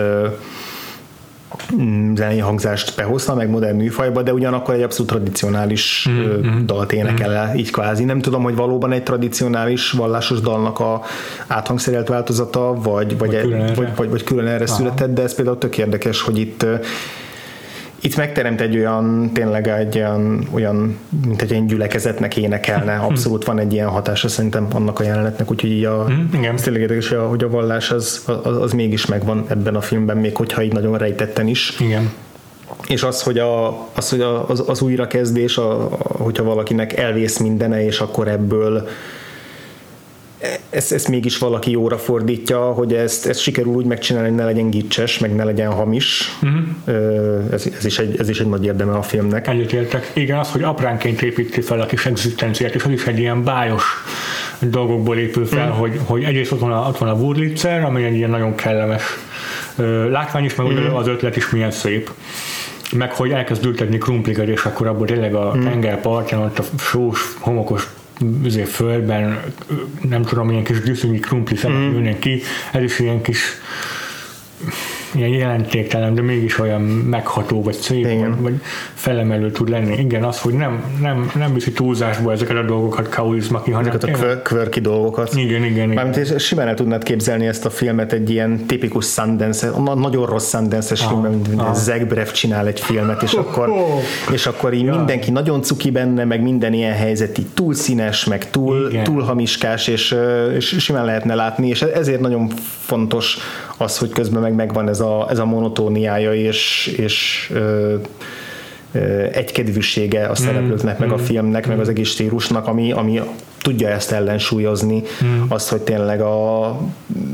zenei hangzást behozta, meg modern műfajba, de ugyanakkor egy abszolút tradicionális mm-hmm. dalt énekel el, így kvázi. Nem tudom, hogy valóban egy tradicionális vallásos dalnak a áthangszerelt változata, vagy, vagy, vagy, külön, vagy, vagy, vagy külön erre Aha. született, de ez például tök érdekes, hogy itt itt megteremt egy olyan, tényleg egy olyan, olyan mint egy ilyen gyülekezetnek énekelne. Abszolút van egy ilyen hatása szerintem annak a jelenetnek, úgyhogy így a, mm, ez tényleg érdekes, hogy a vallás az, az, az mégis megvan ebben a filmben, még hogyha így nagyon rejtetten is. Igen. És az, hogy, a, az, hogy a, az, az újrakezdés, a, a, hogyha valakinek elvész mindene, és akkor ebből ezt, ezt mégis valaki jóra fordítja, hogy ezt, ezt sikerül úgy megcsinálni, hogy ne legyen gicses, meg ne legyen hamis. Uh-huh. Ez, ez, is egy, ez is egy nagy érdeme a filmnek. Egyetértek. Igen, az, hogy apránként építi fel a kis egzisztenciát, és az is egy ilyen bájos dolgokból épül fel, uh-huh. hogy, hogy egyrészt ott van a, ott van a Wurlitzer, ami egy ilyen nagyon kellemes látvány is, meg uh-huh. az ötlet is milyen szép. Meg hogy elkezd ültetni krumplikat, és akkor abból tényleg a uh-huh. tengerpartján, ott a sós, homokos azért földben, nem tudom, ilyen kis gyűszönyi krumpli szemek mm. jönnek ki, ez is ilyen kis ilyen jelentéktelen, de mégis olyan megható, vagy szép, vagy, vagy felemelő tud lenni. Igen, az, hogy nem, nem, nem viszi túlzásba ezeket a dolgokat Kaurismäki, hanem ezeket a quirky dolgokat. Igen, igen, igen. Mármint simán el tudnád képzelni ezt a filmet egy ilyen tipikus Sundance, nagyon rossz Sundance-es filmben, mint ah. Zach Braff csinál egy filmet, és akkor, és akkor így ja. mindenki nagyon cuki benne, meg minden ilyen helyzet így túl színes, meg túl, túl hamiskás, és, és simán lehetne látni, és ezért nagyon fontos az, hogy közben meg megvan ez a, ez a monotóniája és, és ö, ö, egykedvűsége a szereplőknek, mm, meg mm, a filmnek, mm. meg az egész stílusnak, ami, ami tudja ezt ellensúlyozni, mm. az, hogy tényleg a, a,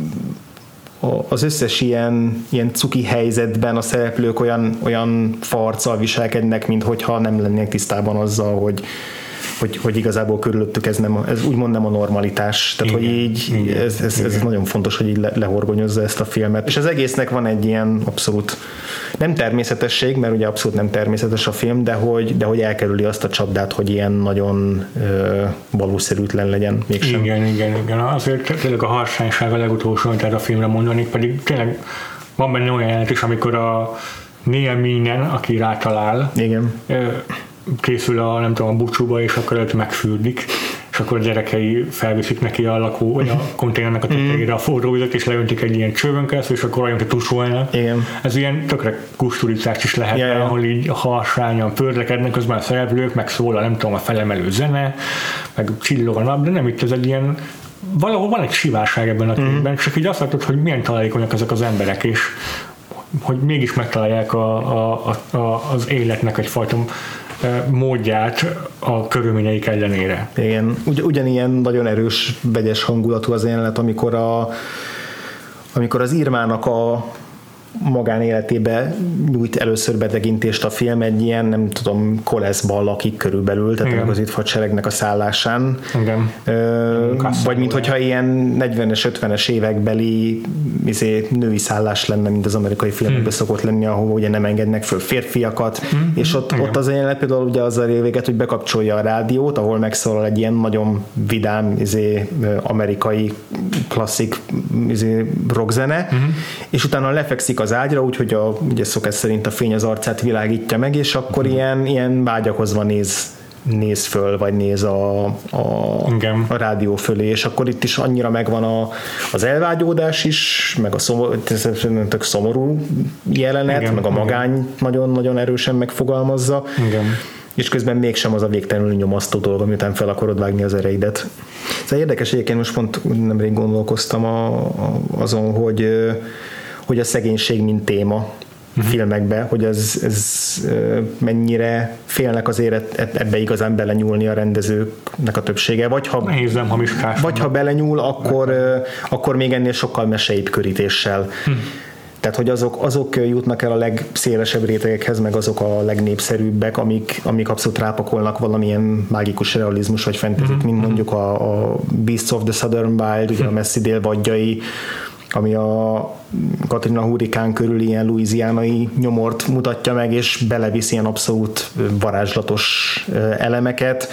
az összes ilyen, ilyen cuki helyzetben a szereplők olyan, olyan farccal viselkednek, mint hogyha nem lennének tisztában azzal, hogy Hogy, hogy igazából körülöttük ez, nem, ez úgymond nem a normalitás. Tehát, igen, hogy így igen, ez, ez, ez nagyon fontos, hogy így le, lehorgonyozza ezt a filmet. És az egésznek van egy ilyen abszolút nem természetesség, mert ugye abszolút nem természetes a film, de hogy, de hogy elkerüli azt a csapdát, hogy ilyen nagyon ö, valószerűtlen legyen mégsem. Igen, igen, igen. Azért tényleg a harsányság a legutolsó, amit erre a filmre mondani, pedig tényleg van benne olyan jelent is, amikor a Neil Meenen, aki rátalál, igen. Ö, készül a, nem tudom, a búcsúba, és akkor őt megfürdik, és akkor a gyerekei felviszik neki a lakó, vagy a konténernek a tetejére a forró vizet, és leöntik egy ilyen csövön keresztül, és akkor olyan, hogy tusolnak. Ez ilyen tökre kusturicás is lehet, yeah, ahol így harsányan pörlekednek, közben a szereplők, meg szól a, nem tudom, a felemelő zene, meg csillog a nap, de nem itt ez egy ilyen, valahol van egy sivárság ebben a képben, mm. csak így azt látod, hogy milyen találékonyak ezek az emberek, és hogy mégis megtalálják a, a, a, a, az életnek egyfajta módját a körülményeik ellenére. Igen, Ugy, ugyanilyen nagyon erős, vegyes hangulatú az jelenet, amikor, a, amikor az Irmának a, magánéletébe nyújt először betekintést a film, egy ilyen, nem tudom, koleszban lakik körülbelül, tehát az itt hadseregnek a szállásán. Igen. Ö, vagy minthogyha ilyen negyvenes, ötvenes évekbeli izé, női szállás lenne, mint az amerikai filmekben hmm. szokott lenni, ahol ugye nem engednek föl férfiakat, hmm. és ott, ott az a jelenet például ugye az a véget, hogy bekapcsolja a rádiót, ahol megszólal egy ilyen nagyon vidám izé, amerikai klasszik izé, rockzene, hmm. és utána lefekszik az ágyra, úgyhogy a, ugye szokás szerint a fény az arcát világítja meg, és akkor hmm. ilyen, ilyen vágyakozva néz néz föl, vagy néz a, a, a rádió fölé, és akkor itt is annyira megvan a, az elvágyódás is, meg a szomorú, tök szomorú jelenet, igen, meg a magány nagyon-nagyon erősen megfogalmazza, igen. és közben mégsem az a végtelenül nyomasztó dolog, miután fel akarod vágni az ereidet. Szóval érdekes, egyébként most pont nemrég gondolkoztam a, a, azon, hogy, hogy a szegénység mint téma filmekbe, hogy ez, ez mennyire félnek azért ebbe igazán belenyúlni a rendezőknek a többsége, vagy ha, nehéz, nem hamiskás, vagy ha belenyúl, akkor, akkor még ennél sokkal meseibb körítéssel. Hm. Tehát, hogy azok, azok jutnak el a legszélesebb rétegekhez, meg azok a legnépszerűbbek, amik, amik abszolút rápakolnak valamilyen mágikus realizmus vagy fantasyt, mint mondjuk a, a Beasts of the Southern Wild, ugye a messzi délvadjai, ami a Katrina hurrikán körül ilyen louisianai nyomort mutatja meg, és belevisz ilyen abszolút varázslatos elemeket,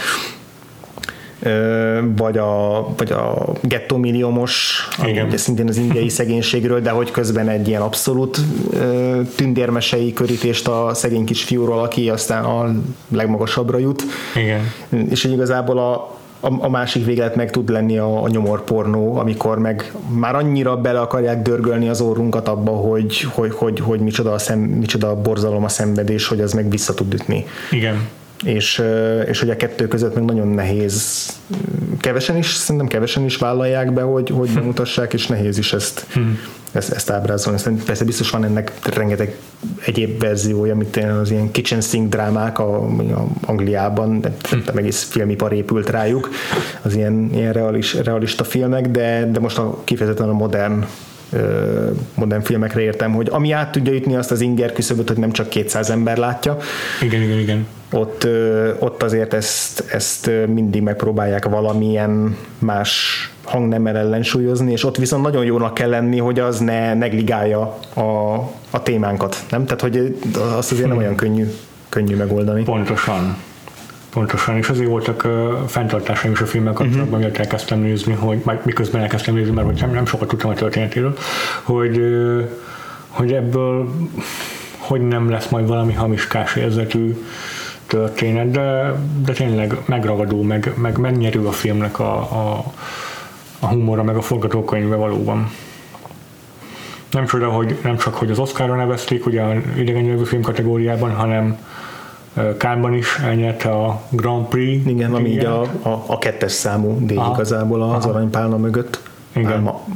vagy a, vagy a gettomilliómos, ami szintén az indiai szegénységről, de hogy közben egy ilyen abszolút tündérmesei körítést a szegény kisfiúról, aki aztán a legmagasabbra jut. Igen. És hogy igazából a a másik véglet meg tud lenni a, a nyomorpornó, amikor meg már annyira bele akarják dörgölni az orrunkat abba, hogy, hogy, hogy, hogy micsoda, a szem, micsoda a borzalom, a szenvedés, hogy az meg vissza tud ütni. Igen. És, és hogy a kettő között meg nagyon nehéz, kevesen is, szerintem kevesen is vállalják be, hogy, hogy bemutassák, és nehéz is ezt, hmm. ezt, ezt ábrázolni. Persze biztos van ennek rengeteg egyéb verziója, mint az ilyen kitchen sink drámák a, a Angliában, de hmm. egész filmipar épült rájuk, az ilyen, ilyen realis, realista filmek, de, de most a, kifejezetten a modern modern filmekre értem, hogy ami át tudja ütni azt az inger küszöböt, hogy nem csak kétszáz ember látja. Igen, igen, igen. Ott, ott azért ezt, ezt mindig megpróbálják valamilyen más hangnemmel ellensúlyozni, és ott viszont nagyon jónak kell lenni, hogy az ne negligálja a, a témánkat, nem? Tehát, hogy azt azért nem olyan könnyű, könnyű megoldani. Pontosan. Pontosan, és azért voltak uh, fenntartásaim is a filmmel kapcsolatban, uh-huh. miért elkezdtem nézni, hogy majd miközben elkezdtem nézni, mert nem, nem sokat tudtam a történetéről, hogy, uh, hogy ebből hogy nem lesz majd valami hamiskás érzetű történet, de, de tényleg megragadó, meg, meg megnyerő a filmnek a, a, a humora, meg a forgatókönyve valóban. Nem csoda, hogy nem csak hogy az Oscarra nevezték, ugye az idegen nyelvű film kategóriában, hanem Cannes-ban is elnyerte a Grand Prix. Igen, ami így a, a, a kettes számú díj igazából az aranypálna mögött. Igen. Álma.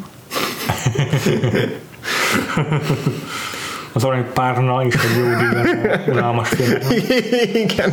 Az aranypárna is egy jó díj, unalmas film. Igen.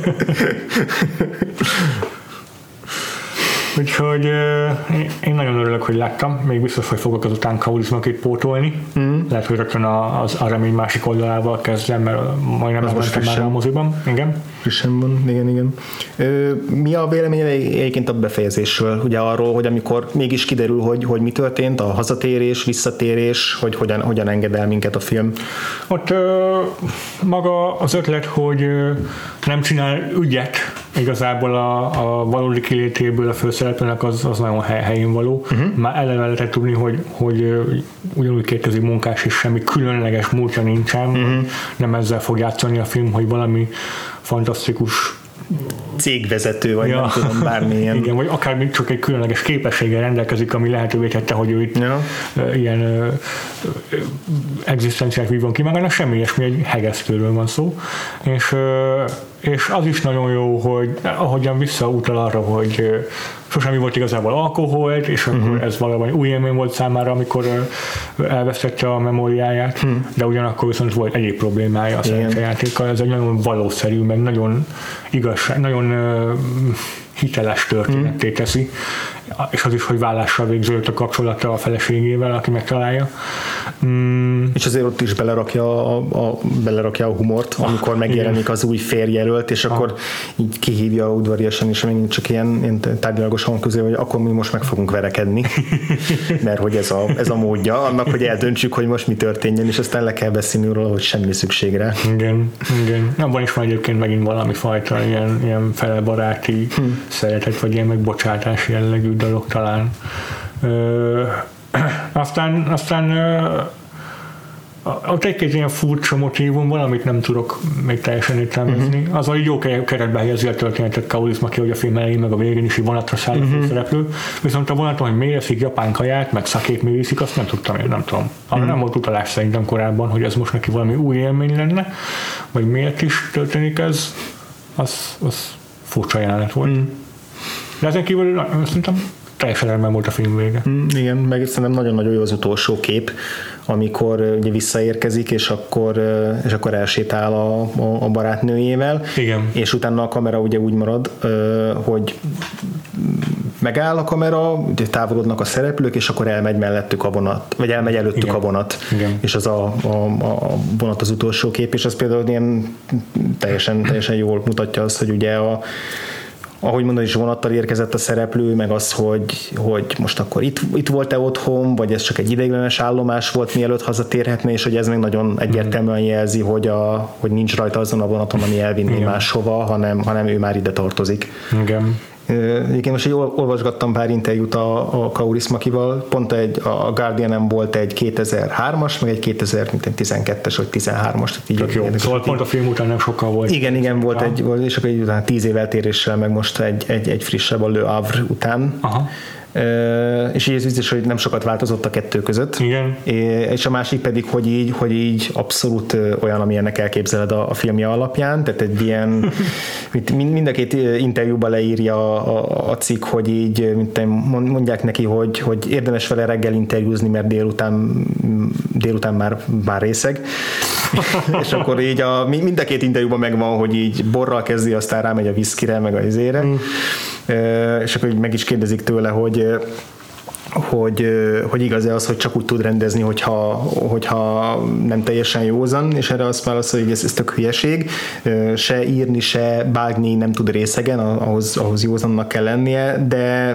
Úgyhogy én nagyon örülök, hogy láttam. Még biztos, hogy fogok azután kaulizmakét pótolni. Mm. Lehet, hogy rögtön a, az, a remény másik oldalával kezdem, mert majdnem ez most már a moziban. Igen. Frissen van, igen, igen. Ö, mi a véleményed egyébként a befejezésről? Ugye arról, hogy amikor mégis kiderül, hogy, hogy mi történt, a hazatérés, visszatérés, hogy hogyan, hogyan enged el minket a film? Ott ö, maga az ötlet, hogy ö, nem csinál ügyet igazából a, a valódi kilétéből a főszereplőnek, az, az nagyon hely, helyén való. Uh-huh. Már eleve lehetett tudni, hogy, hogy ugyanúgy kétkezik munkás és semmi különleges múltja nincsen. Uh-huh. Nem ezzel fog játszani a film, hogy valami fantasztikus cégvezető, vagy ja. nem tudom, bármilyen. Igen, vagy akár csak egy különleges képességgel rendelkezik, ami lehetővé tette, hogy ő itt ja. ilyen uh, egzisztenciát vívjon ki magának, semmi ilyesmi, egy hegesztőről van szó. És, uh, és az is nagyon jó, hogy ahogyan visszautal arra, hogy uh, sosem volt igazából alkoholt, és akkor uh-huh. ez valami új élmény volt számára, amikor uh, elvesztette a memóriáját, uh-huh. de ugyanakkor viszont volt egyéb problémája a szerencsejátékkal. Ez egy nagyon valószerű, meg nagyon igazság, nagyon uh, hiteles történetté teszi, és az is, hogy vállással végződött a kapcsolata a feleségével, aki megtalálja. Mm. És azért ott is belerakja a, a, belerakja a humort, amikor ah, megjelenik igen. az új férjelölt, és ah. akkor így kihívja udvariasan, és megint csak ilyen, ilyen tárgyalagos hang közé, hogy akkor mi most meg fogunk verekedni, mert hogy ez a, ez a módja annak, hogy eldöntsük, hogy most mi történjen, és aztán le kell beszélni róla, hogy semmi szükség rá. Igen, igen. Abban is van egyébként megint valami fajta ilyen, ilyen felebaráti hmm. szeretet, vagy ilyen megbocsátás jellegű dolog talán. Ö, aztán aztán ö, ott egy-két ilyen furcsa motívum van, amit nem tudok még teljesen értelmezni. Uh-huh. Azzal jó keretbe helyezi a történetet Kaurismäki, aki, hogy a film elején meg a végén is vonatra száll a uh-huh. szereplő. Viszont a vonaton, hogy miért eszik japán kaját, meg szakét miért iszik, azt nem tudtam, én nem tudom. Arra uh-huh. nem volt utalás szerintem korábban, hogy ez most neki valami új élmény lenne, vagy miért is történik ez, az, az furcsa jelenet volt. Uh-huh. De ezen kívül szerintem teljesen rendben volt a film vége. Mm, igen, meg szerintem nagyon-nagyon jó az utolsó kép, amikor ugye visszaérkezik, és akkor, és akkor elsétál a, a, a barátnőjével. Igen. És utána a kamera ugye úgy marad, hogy megáll a kamera, ugye távolodnak a szereplők, és akkor elmegy mellettük a vonat, vagy elmegy előttük igen. a vonat. Igen. És az a, a, a vonat az utolsó kép, és az például ilyen teljesen, teljesen jól mutatja azt, hogy ugye a ahogy mondani is vonattal érkezett a szereplő, meg az, hogy, hogy most akkor itt, itt volt-e otthon, vagy ez csak egy ideiglenes állomás volt, mielőtt hazatérhetne, és hogy ez még nagyon egyértelműen jelzi, hogy, a, hogy nincs rajta azon a vonaton, ami elvinné igen. máshova, hanem, hanem ő már ide tartozik. Igen. Egyébként most így olvasgattam pár interjút a, a Kaurismäkival, pont egy, a Guardianen volt egy kétezer-hármas, meg egy kétezer-tizenkettes vagy tizenhármas. Így jó, szóval pont a film után nem sokkal volt. Igen, igen, volt egy, és akkor egy után tíz év eltéréssel, meg most egy, egy, egy frissebb a Le Havre után. Aha. Uh, és így ez biztos, hogy nem sokat változott a kettő között. Igen. És a másik pedig, hogy így, hogy így abszolút olyan, amilyennek elképzeled a, a filmje alapján, tehát egy ilyen mind a két interjúban leírja a, a cikk, hogy így mint mondják neki, hogy, hogy érdemes vele reggel interjúzni, mert délután, délután már, már részeg. És akkor így a, mind a két interjúban megvan, hogy így borral kezdi, aztán rámegy a viszkire, meg a izére. Mm. És akkor meg is kérdezik tőle, hogy hogy, hogy igaz-e az, hogy csak úgy tud rendezni, hogyha, hogyha nem teljesen józan, és erre azt válaszol, hogy ez, ez tök hülyeség, se írni, se vágni nem tud részegen, ahhoz, ahhoz józannak kell lennie, de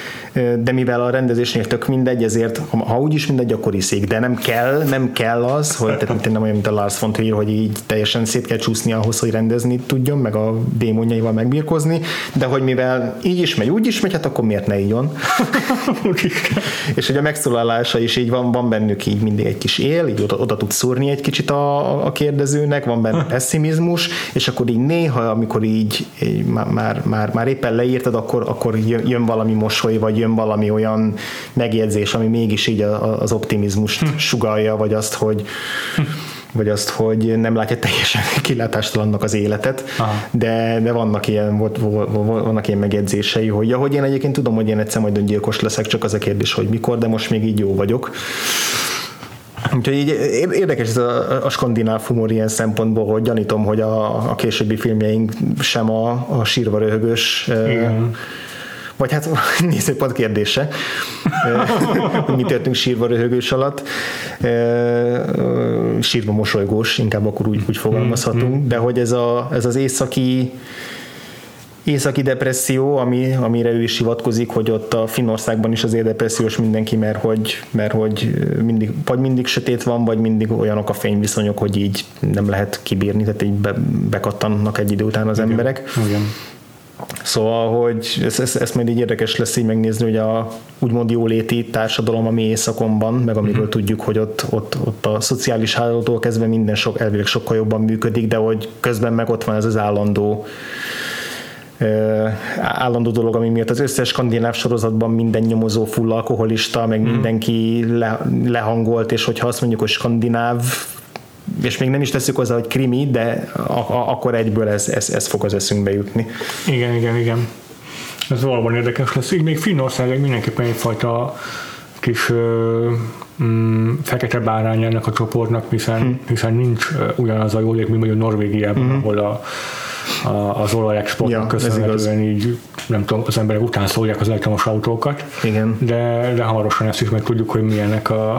de mivel a rendezésnél tök mindegy, ezért ha úgyis mindegy, akkor iszik, de nem kell, nem kell az, hogy tehát nem olyan, mint a Lars von Trier, hogy így teljesen szét kell csúszni ahhoz, hogy rendezni tudjon, meg a démonjaival megbirkózni, de hogy mivel így is megy, úgy is megy, hát akkor miért ne így És hogy a megszólalása is így van, van bennük így mindig egy kis él, így oda, oda tud szúrni egy kicsit a, a kérdezőnek, van benne pessimizmus, és akkor így néha, amikor így, így már, már, már éppen leírtad, akkor, akkor jön valami mosoly, vagy jön valami olyan megjegyzés, ami mégis így az optimizmust hm. sugallja, vagy azt, hogy hm. vagy azt, hogy nem látja teljesen kilátástalannak az életet, de, de vannak ilyen, vannak ilyen megjegyzései, hogy ja, hogy én egyébként tudom, hogy én egyszer majd öngyilkos leszek, csak az a kérdés, hogy mikor, de most még így jó vagyok. Úgyhogy így érdekes ez a, a skandináv humor ilyen szempontból, hogy gyanítom, hogy a, a későbbi filmjeink sem a, a sírva röhögös igen. vagy hát nézőpont kérdése, hogy mit értünk sírva röhögős alatt. Sírva mosolygós, inkább akkor úgy, úgy fogalmazhatunk, de hogy ez, a, ez az északi északi depresszió, ami, amire ő is hivatkozik, hogy ott a Finnországban is azért depressziós mindenki, mert hogy, mert hogy mindig, vagy mindig sötét van, vagy mindig olyanok a fényviszonyok, hogy így nem lehet kibírni, tehát így be, bekattannak egy idő után az igen. emberek. Igen. Szóval, hogy ezt, ezt, ezt majd így érdekes lesz így megnézni, hogy a úgymond jóléti társadalom, ami északon van, meg amiről uh-huh. tudjuk, hogy ott, ott, ott a szociális hálótól kezdve minden sok, elvileg sokkal jobban működik, de hogy közben meg ott van ez az állandó állandó dolog, ami miatt az összes skandináv sorozatban minden nyomozó full alkoholista, meg uh-huh. mindenki le, lehangolt, és hogyha azt mondjuk, hogy skandináv, és még nem is tesszük hozzá, hogy krimi, de a, a, akkor egyből ez, ez, ez fog az eszünkbe jutni. Igen, igen, igen. Ez valóban érdekes lesz. Így még Finnország mindenképpen egyfajta kis ö, mm, fekete bárány ennek a csoportnak, hiszen, hmm. hiszen nincs ugyanaz a jólét, mint mondjuk Norvégiában, hmm. ahol a a, az olajexportnak ja, köszönhetően így, nem tudom, az emberek után szólják az elektromos autókat. Igen. De, de hamarosan ezt is meg tudjuk, hogy milyenek a,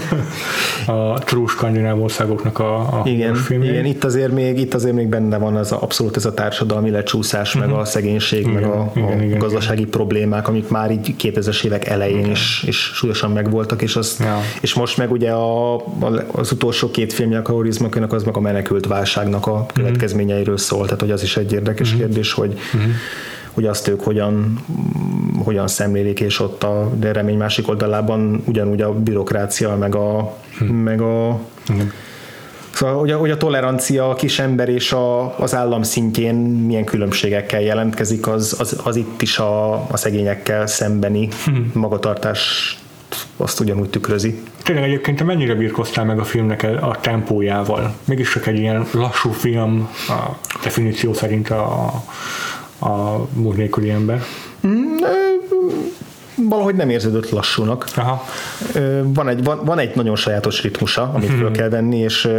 a true skandináv országoknak a, a igen, igen, itt azért még itt azért még benne van az a, abszolút ez a társadalmi lecsúszás, uh-huh. meg a szegénység, igen, meg a, igen, a igen, gazdasági igen. problémák, amik már így kétezres évek elején igen. is, is súlyosan megvoltak, és, az, ja. és most meg ugye a, a, az utolsó két filmje a Kaurismäkinek az meg a menekült válságnak a következményeiről szól, tehát hogy az is egy érdekes uh-huh. kérdés, hogy uh-huh. hogy azt ők hogyan, hogyan szemlélik, és ott a de remény másik oldalában ugyanúgy a bürokrácia, meg a, hm. meg a hm. szóval, hogy a, hogy a tolerancia a kis ember és a, az állam szintjén milyen különbségekkel jelentkezik, az, az, az itt is a, a szegényekkel szembeni hm. magatartást azt ugyanúgy tükrözi. Tényleg egyébként te mennyire birkoztál meg a filmnek a tempójával? Mégis csak egy ilyen lassú film a definíció szerint a a múlt nélküli ember? Mm, valahogy nem érződött lassúnak. Aha. Van egy, van, van egy nagyon sajátos ritmusa, amit föl kell venni, és,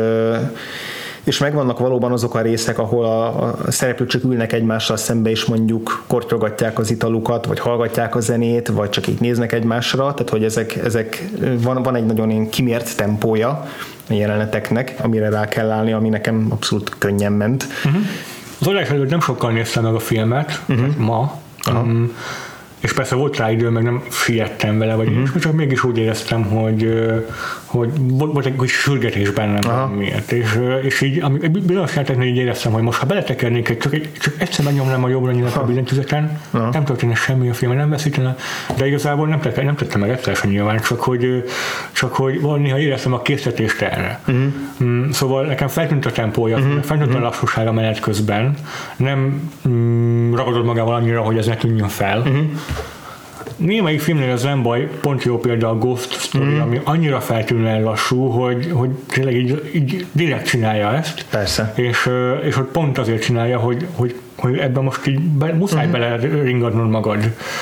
és megvannak valóban azok a részek, ahol a, a szereplők csak ülnek egymással szembe, és mondjuk kortyogatják az italukat, vagy hallgatják a zenét, vagy csak így néznek egymásra, tehát hogy ezek, ezek van, van egy nagyon ilyen kimért tempója a jeleneteknek, amire rá kell állni, ami nekem abszolút könnyen ment. Uh-huh. Az adás előtt nem sokkal néztem meg a filmet, uh-huh. ma, um, és persze volt rá idő, meg nem siettem vele, vagy uh-huh. és csak mégis úgy éreztem, hogy, hogy volt egy kis sürgetés bennem miért. És, és így bizonyos játéknál így éreztem, hogy most ha beletekernék, csak, csak egyszer megnyomnám a jobbra nyilat a billentyűzeten, uh-huh. nem történne semmi a filmen, nem veszítene, de igazából nem tettem, nem tettem meg egyszer sem nyilván, csak hogy, csak hogy néha éreztem a készítést erre. Uh-huh. Szóval nekem feltűnt a tempója, uh-huh. feltűnt a lassúsága menet közben, nem mm, ragadod magával annyira, hogy ez ne tűnjön fel. Uh-huh. Némelyik filmnél ez nem baj, pont jó példa a Ghost Story, mm. ami annyira feltűnően lassú, hogy, hogy tényleg így, így direkt csinálja ezt. Persze. És, és hogy pont azért csinálja, hogy, hogy, hogy ebben most így be, muszáj mm. bele ringadnod magad.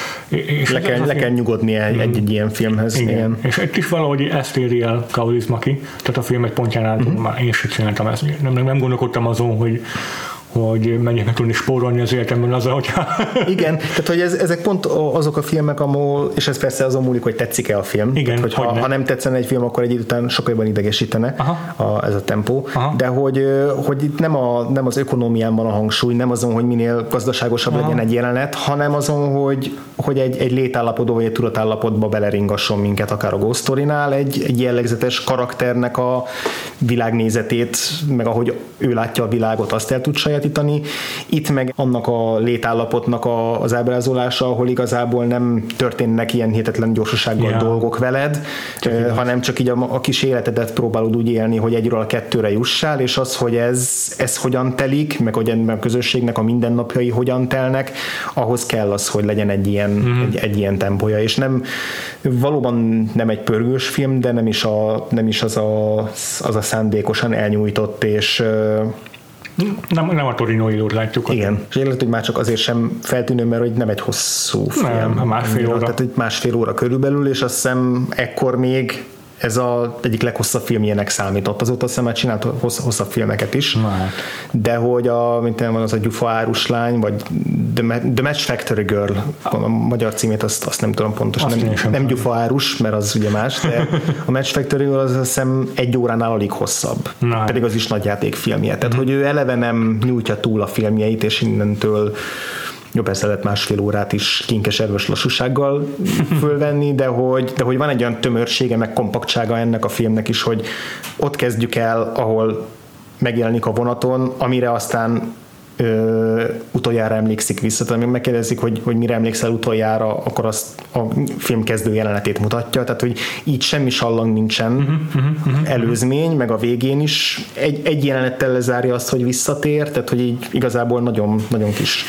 És le, kell, le kell nyugodni egy, egy, egy ilyen filmhez. Igen. Igen. És itt is valahogy ezt éri el Kaurismäki, tehát a film egy pontjánál mm. már én sem csináltam ezt. Nem, nem gondolkodtam azon, hogy hogy menjek meg tudni spórolni az életemben azzal, hogyha... Igen, tehát hogy ez, ezek pont azok a filmek, ahol, és ez persze azon múlik, hogy tetszik-e a film. Igen, tehát, hogy ha, ha nem tetszene egy film, akkor egy idő után sokkal jobban idegesítene a, ez a tempó. Aha. De hogy, hogy itt nem, a, nem az ökonómián van a hangsúly, nem azon, hogy minél gazdaságosabb Aha. legyen egy jelenet, hanem azon, hogy, hogy egy, egy létállapotba vagy egy tudatállapotba beleringasson minket, akár a Ghost Story-nál, egy, egy jellegzetes karakternek a világnézetét, meg ahogy ő látja a világot, azt el tud sajátítani. Itt meg annak a létállapotnak a, az ábrázolása, ahol igazából nem történnek ilyen hihetetlen gyorsasággal yeah. dolgok veled, uh, hanem csak így a, a kis életedet próbálod úgy élni, hogy egyről a kettőre jussál, és az, hogy ez, ez hogyan telik, meg hogy a közösségnek a mindennapjai hogyan telnek, ahhoz kell az, hogy legyen egy ilyen, mm. egy, egy ilyen tempója, és nem valóban nem egy pörgős film, de nem is, a, nem is az, a, az a szándékosan elnyújtott, és Nem, nem a Torino írót látjuk. Igen, és lehet, hogy már csak azért sem feltűnő, mert hogy nem egy hosszú film. Nem, másfél óra. Tehát egy másfél óra körülbelül, és azt hiszem ekkor még ez az egyik leghosszabb filmjének számított. Azóta azt hiszem már csinált hossz, hosszabb filmeket is. Hát. De hogy a, mint van az a Gyufa áruslány, vagy The, The Match Factory Girl, a magyar címét azt, azt nem tudom pontosan. Nem, nem, nem Gyufa árus, mert az ugye más, de a Match Factory Girl az azt hiszem egy óránál alig hosszabb. Na. Pedig az is nagy játékfilmje. Tehát, mm. hogy ő eleve nem nyújtja túl a filmjeit, és innentől jó, persze lehet másfél órát is kinkes erős lassúsággal fölvenni, de hogy, de hogy van egy olyan tömörsége, meg kompaktsága ennek a filmnek is, hogy ott kezdjük el, ahol megjelenik a vonaton, amire aztán ö, utoljára emlékszik vissza. Tehát még megkérdezik, hogy, hogy mire emlékszel utoljára, akkor azt a film kezdő jelenetét mutatja, tehát hogy így semmi sallang nincsen, előzmény, meg a végén is egy, egy jelenettel lezárja azt, hogy visszatér, tehát hogy így igazából nagyon, nagyon kis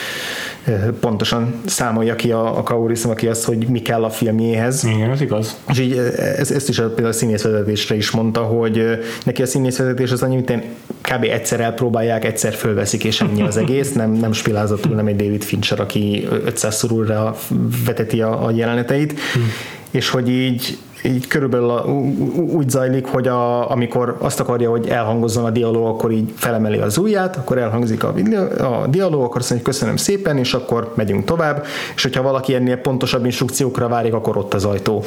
pontosan számolja ki a, a Kaurismäki azt, hogy mi kell a filmjéhez. Igen, ez igaz. És így ez, ezt is például a színészvezetésre is mondta, hogy neki a színészvezetés az annyi, mint kb. Egyszer elpróbálják, egyszer fölveszik, és ennyi az egész, nem, nem spilázatul, nem egy David Fincher, aki ötszázszor újra veteti a, a jeleneteit. Hmm. és hogy így így körülbelül a, úgy zajlik, hogy a, amikor azt akarja, hogy elhangozzon a dialóg, akkor így felemeli az ujját, akkor elhangzik a, a dialóg, akkor azt mondja, köszönöm szépen, és akkor megyünk tovább, és hogyha valaki ennél pontosabb instrukciókra várik, akkor ott az ajtó.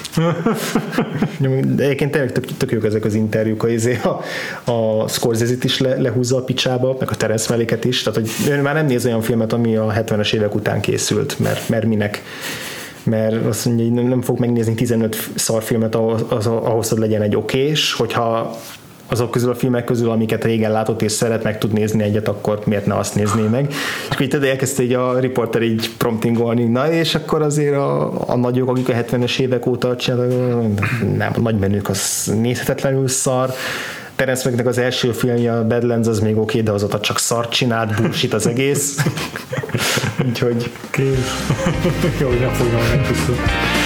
De egyébként tényleg tök, tök jók ezek az interjúk, a, a Scorsese-t is le, lehúzza a picsába, meg a Terence Malicket is, tehát hogy ő már nem néz olyan filmet, ami a hetvenes évek után készült, mert, mert minek mert azt mondja, hogy nem fog megnézni tizenöt szarfilmet ahhoz, az, ahhoz, hogy legyen egy okés, hogyha azok közül a filmek közül, amiket régen látott és szeret, meg tud nézni egyet, akkor miért ne azt nézné meg. És akkor így elkezdte így a riporter így promptingolni, na és akkor azért a, a nagyok, akik a hetvenes évek óta csináltak, nem, a nagy menők az nézhetetlenül szar, Terence Malicknek az első filmje, a Badlands, az még oké, de azóta csak szart csinált, bullshit az egész. Úgyhogy... Kész. Jó, hogy nem fogom megtisztult.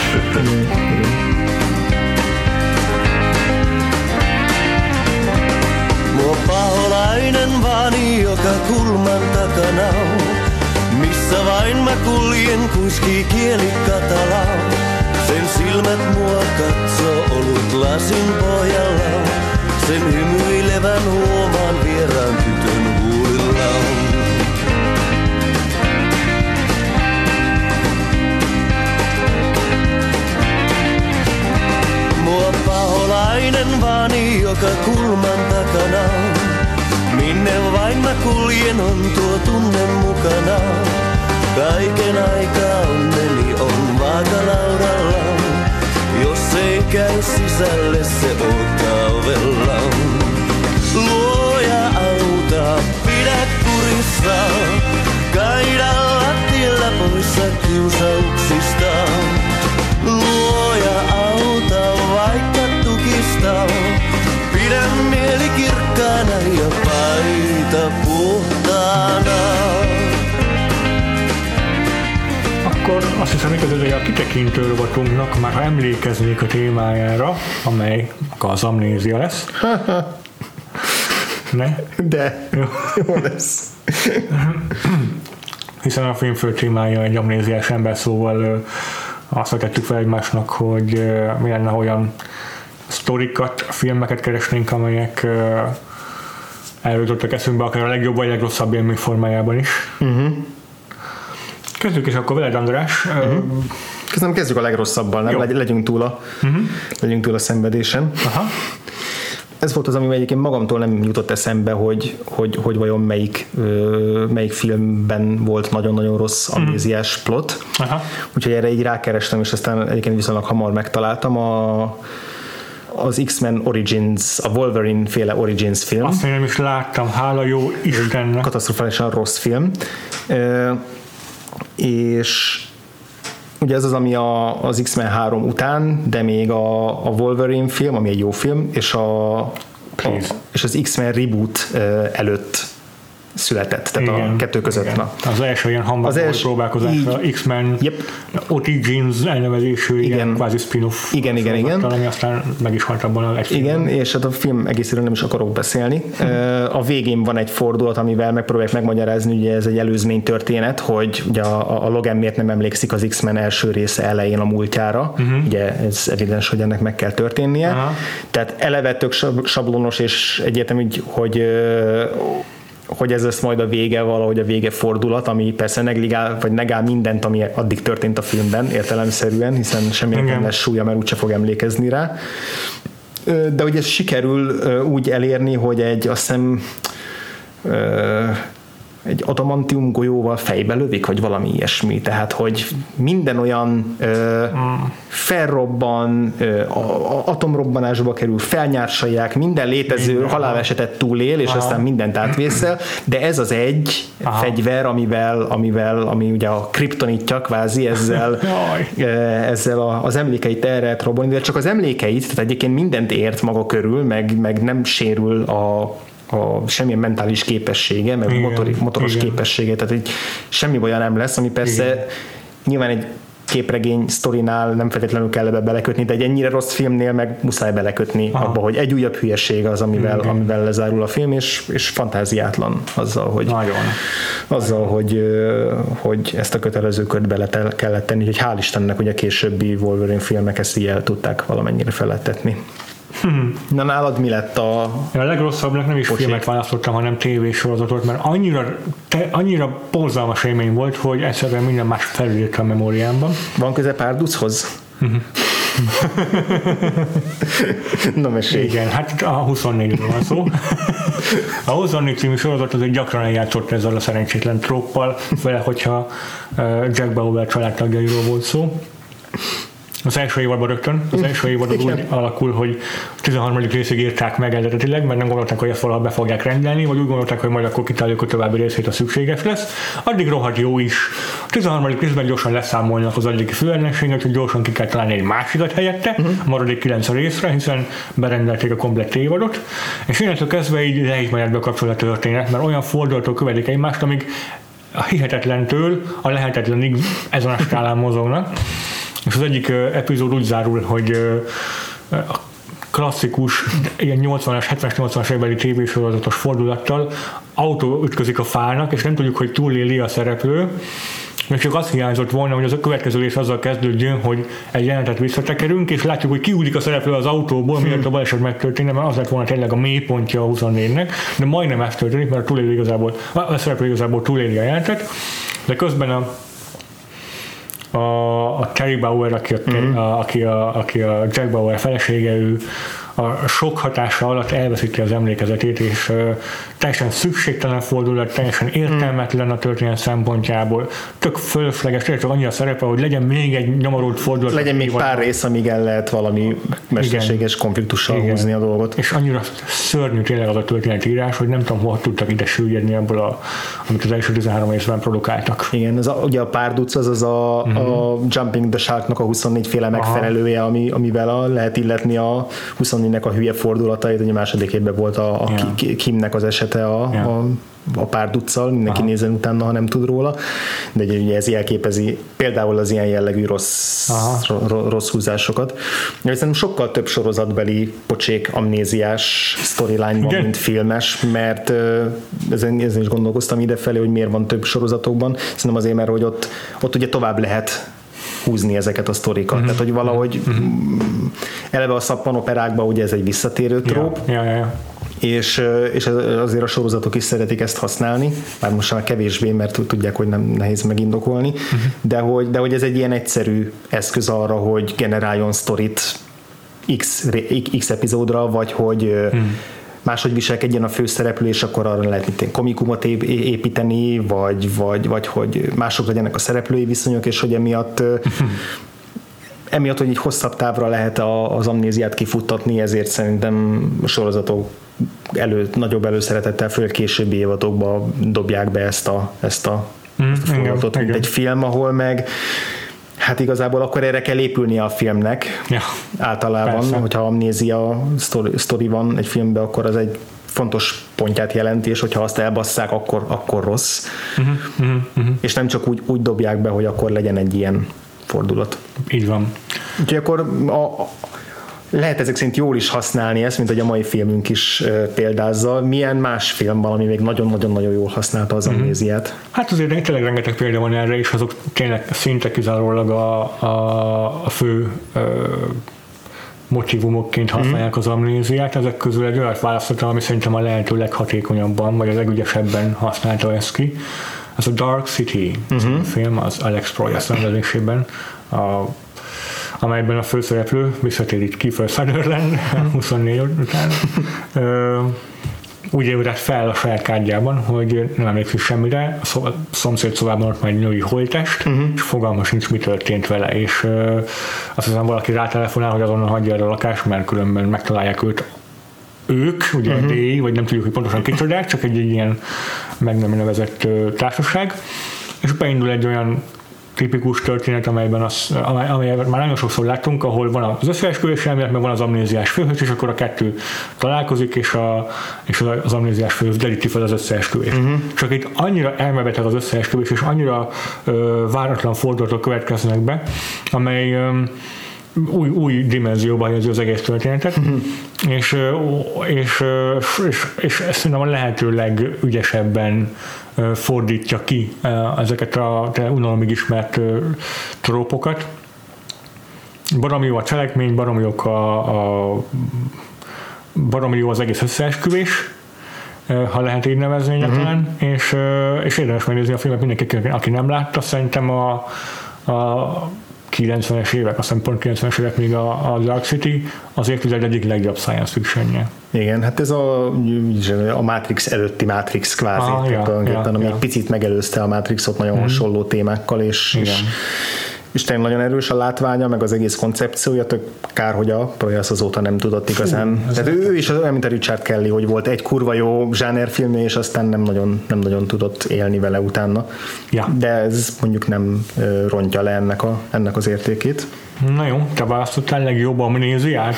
Mua paholainen vaani joka kulman takana on. Missä vain mä kuljen, kuiskii kieli katalaan. Sen silmät mua katsoo olut lasin pohjalla. Sen hymyilevän huomaan vieraan tytön huulilla. Mua paholainen vaani joka kulman takana on. Minne vain mä kuljen on tuo tunne mukana. Kaiken aikaa onneni on vaakalaudalla. Jos ei käy sisälle, se odottaa ovella. Luoja auta, pidä kurissa. Kaida lattialla poissa kiusauksista. Luoja auta, vaikka tukista. Pidä mieli kirkkaana ja paita puhtaana. Akkor azt hiszem, hogy az a kitekintő rovatunknak már ha emlékeznék a témájára, amely az amnézia lesz. Ne? De, jó, jó lesz. Hiszen a film fő témája egy amnéziás ember, szóval azt vetettük fel egymásnak, hogy mi lenne, olyan sztorikat, filmeket keresnénk, amelyek elrőtöttek eszünkbe, akár a legjobb vagy a legrosszabb élmény formájában is. Uh-huh. Kezdjük is akkor veled, András. Uh-huh. Köszönöm, kezdjük a legrosszabbal, nem? Legy, legyünk, túl a, uh-huh. legyünk túl a szenvedésen. Aha. Ez volt az, ami egyébként magamtól nem jutott eszembe, hogy, hogy, hogy vajon melyik, melyik filmben volt nagyon-nagyon rossz amnéziás plot. Aha. Úgyhogy erre így rákerestem, és aztán egyébként viszonylag hamar megtaláltam a az X-Men Origins, a Wolverine féle Origins film. Azt én nem is láttam, hála jó Istennek. Katasztrofálisan rossz film. E, és ugye ez az, ami a, az X-Men három után, de még a, a Wolverine film, ami egy jó film, és, a, a, és az X-Men reboot előtt született, tehát igen, a kettő között. Na. Az első ilyen hamvakból próbálkozás, így, X-Men yep. Origins elnevezésű, igen, ilyen kvázi spin-off. Igen, igen, igen. Ami aztán meg is halt abban a egy igen, filmben. És hát a film egészéről nem is akarok beszélni. A végén van egy fordulat, amivel megpróbálják megmagyarázni, ugye ez egy előzmény történet, hogy ugye a, a Logan miért nem emlékszik az X-Men első része elején a múltjára. Uh-huh. Ugye ez evidens, hogy ennek meg kell történnie. Uh-huh. Tehát eleve tök sablonos, és egyértelmű, hogy hogy ez lesz majd a vége, valahogy a vége fordulat, ami persze negligál, vagy negál mindent, ami addig történt a filmben, értelemszerűen, hiszen semminek nem lesz súlya, mert úgyse fog emlékezni rá. De hogy ez sikerül úgy elérni, hogy egy, azt hiszem, egy adamantium golyóval fejbe lövik, vagy valami ilyesmi. Tehát, hogy minden olyan ö, felrobban, ö, atomrobbanásba kerül, felnyársalják, minden létező minden halálesetet túlél, és aha. aztán mindent átvészel, de ez az egy aha. fegyver, amivel, amivel, ami ugye a kriptonitja kvázi, ezzel, ezzel a, az emlékeit el lehet robbolni, de csak az emlékeit, tehát egyébként mindent ért maga körül, meg, meg nem sérül a a semmilyen mentális képessége, meg igen, motori, motoros igen. képessége, tehát egy semmi olyan nem lesz, ami persze igen. nyilván egy képregény sztorinál nem feltétlenül kell ebbe belekötni, de egy ennyire rossz filmnél meg muszáj belekötni Aha. abba, hogy egy újabb hülyeség az, amivel, okay. amivel lezárul a film, és, és fantáziátlan azzal, hogy, Nagyon. azzal hogy, hogy ezt a kötelező kört bele kellett tenni, hogy hál' Istennek, hogy a későbbi Wolverine filmek ezt így el tudták valamennyire felettetni. Hmm. Na nálad mi lett a... A legrosszabbnak nem is pocsék. Filmet választottam, hanem tévésorozatot, mert annyira, te, annyira borzalmas élmény volt, hogy egyszerűen minden más felülírta a memóriámban. Van köze Párduchoz? Na mesélj. Igen, hát a huszonnégyről van szó. A huszonnégy című sorozat azért gyakran eljátszott ezzel a szerencsétlen tróppal, főleg, hogyha Jack Bauer családtagjairól volt szó. Az első évadban rögtön, az első évad az úgy alakul, hogy a tizenharmadik részig írták meg eredetileg, mert nem gondolták, hogy ezt valaha be fogják rendelni, vagy úgy gondolták, hogy majd akkor kitáljuk a további részét, a szükséges lesz. Addig rohadt jó is. A tizenharmadik részben gyorsan leszámolnak az addigi főellenséget, hogy gyorsan ki kell találni egy másikat helyette, uh-huh. a maradék kilenc részre, hiszen berendelték a komplett évadot, és innentől kezdve így le is mehet be a kapcsolat történet, mert olyan fordulatok követik egymást, amíg a hihetetlentől a lehetetlenig ezen a skálán mozognak. És az egyik uh, epizód úgy zárul, hogy uh, a klasszikus, ilyen nyolcvanas, hetvenes, nyolcvanas évbeli tévésorozatos fordulattal autó ütközik a fának, és nem tudjuk, hogy túléli a szereplő, és csak azt hiányzott volna, hogy az a következő rész azzal kezdődjön, hogy egy jelenetet visszatekerünk, és látjuk, hogy kiúlik a szereplő az autóból, miért a baleset megtörténne, mert az lett volna tényleg a mélypontja a huszonnégynek, de majdnem ez történik, mert a, túléli igazából, a szereplő igazából túléli a jelenetet, de közben a A, a Terry Bauer, aki a, mm-hmm. a, aki, a, aki a Jack Bauer felesége, ő a sok hatása alatt elveszíti az emlékezetét, és uh, teljesen szükségtelen fordulat, teljesen értelmetlen a történet szempontjából, tök fölösleges, tényleg csak annyi a szerepe, hogy legyen még egy nyomorult fordulat. Legyen még pár van. Rész, amíg el lehet valami mesterséges konfliktussal Igen. húzni a dolgot. És annyira szörnyű tényleg az a történetírás, hogy nem tudom, hol tudtak ide süllyedni abból, a, amit az első tizenhárom részben produkáltak. Igen, ez a, ugye a Párduc az az a, mm-hmm. a Jumping the Sharknak a huszonnégy féle megfelelője, ami, amivel a, lehet illetni a huszonnégynek a hülye fordulatait, ugye a második évben volt a, a yeah. Kimnek az esete a, yeah. a, a Párduccal, mindenki Aha. nézzen utána, ha nem tud róla, de ugye ez jelképezi például az ilyen jellegű rossz, ro, rossz húzásokat. Szerintem sokkal több sorozatbeli pocsék, amnéziás storyline van, mint filmes, mert ezen, ezen is gondolkoztam idefelé, hogy miért van több sorozatokban. Szerintem azért, mert hogy ott, ott ugye tovább lehet húzni ezeket a sztorikat. Uh-huh. Tehát, hogy valahogy uh-huh. eleve a szappanoperákban ugye ez egy visszatérő tróp, ja, ja, ja. és, és azért a sorozatok is szeretik ezt használni, már most már kevésbé, mert tudják, hogy nem nehéz megindokolni, uh-huh. de, hogy, de hogy ez egy ilyen egyszerű eszköz arra, hogy generáljon sztorit x, x epizódra, vagy hogy uh-huh. máshogy viselkedjen a főszereplő, és akkor arra lehet mint komikumot építeni, vagy, vagy, vagy hogy mások legyenek a szereplői viszonyok, és hogy emiatt emiatt, hogy így hosszabb távra lehet az amnéziát kifuttatni, ezért szerintem a sorozatok elő, nagyobb előszeretettel, főleg későbbi évadokban dobják be ezt a, ezt a, mm, ezt a folyamatot, mint egy film, ahol meg hát igazából akkor erre kell épülnie a filmnek. Ja, általában, persze. Hogyha amnézia sztori, sztori van egy filmben, akkor az egy fontos pontját jelenti, és hogyha azt elbasszák, akkor, akkor rossz. Uh-huh, uh-huh, uh-huh. És nem csak úgy, úgy dobják be, hogy akkor legyen egy ilyen fordulat. Így van. Úgyhogy akkor a, a, lehet ezek szerint jól is használni ezt, mint hogy a mai filmünk is e, példázza. Milyen más film van, ami még nagyon-nagyon-nagyon jól használta az amnéziát? Mm-hmm. Hát azért tényleg rengeteg példa van erre, és azok tényleg szinte kizárólag a, a, a fő ö, motivumokként használják mm-hmm. az amnéziát. Ezek közül egy olyat választottam, ami szerintem a lehető leghatékonyabban, vagy a legügyesebben használta ezt ki. Ez a Dark City mm-hmm. film, az Alex Proyas rendezésében, a amelyben a főszereplő visszatér itt Kiefer Sutherland huszonnégy után. Ö, úgy ébredt fel a saját kártyában, hogy nem emlékszik semmire, a szomszéd szobában ott már egy női holttest, uh-huh. és fogalma sincs, mi történt vele, és ö, azt hiszem valaki rátelefonál, hogy azonnal hagyja el a lakást, mert különben megtalálják őt ők, ugye uh-huh. D, vagy nem tudjuk, hogy pontosan kicsodák, csak egy, egy ilyen meg nem nevezett ö, társaság, és beindul egy olyan tipikus történet, amelyben az, amely, amelyben már nagyon sokszor láttunk, ahol van az összeesküvés elmélet, meg van az amnéziás főhős, és akkor a kettő találkozik, és, a, és az amnéziás főhős deríti fel az összeesküvést. Uh-huh. Csak itt annyira elmebeteg az összeesküvés, és annyira ö, váratlan fordulatok következnek be, amely ö, új, új dimenzióba helyezi az egész történetet, uh-huh. és, és, és, és, és ezt szerintem a lehető legügyesebben fordítja ki ezeket a unalomig ismert trópokat. Baromi jó a cselekmény, baromi jó a, a baromi jó az egész összeesküvés, ha lehet így nevezni egyáltalán, uh-huh. és, és érdemes megnézni a filmet mindenki, aki nem látta, szerintem a, a kilencvenes évek, azt hiszem pont kilencvenes évek még a, a Dark City az évtized egyik legjobb science fictionje. Igen, hát ez a, a Matrix előtti Matrix kvázi, ah, ja, ja, ami ja. egy picit megelőzte a Matrixot nagyon mm. hasonló témákkal, és, és, és tényleg nagyon erős a látványa, meg az egész koncepciója, tök kár, hogy a Proyas azóta nem tudott igazán. Fú, tehát ő, ő is olyan, mint a Richard Kelly, hogy volt egy kurva jó zsánerfilmje, és aztán nem nagyon, nem nagyon tudott élni vele utána. Ja. De ez mondjuk nem rontja le ennek, a, ennek az értékét. Na jó, te választottál legjobb amnéziát?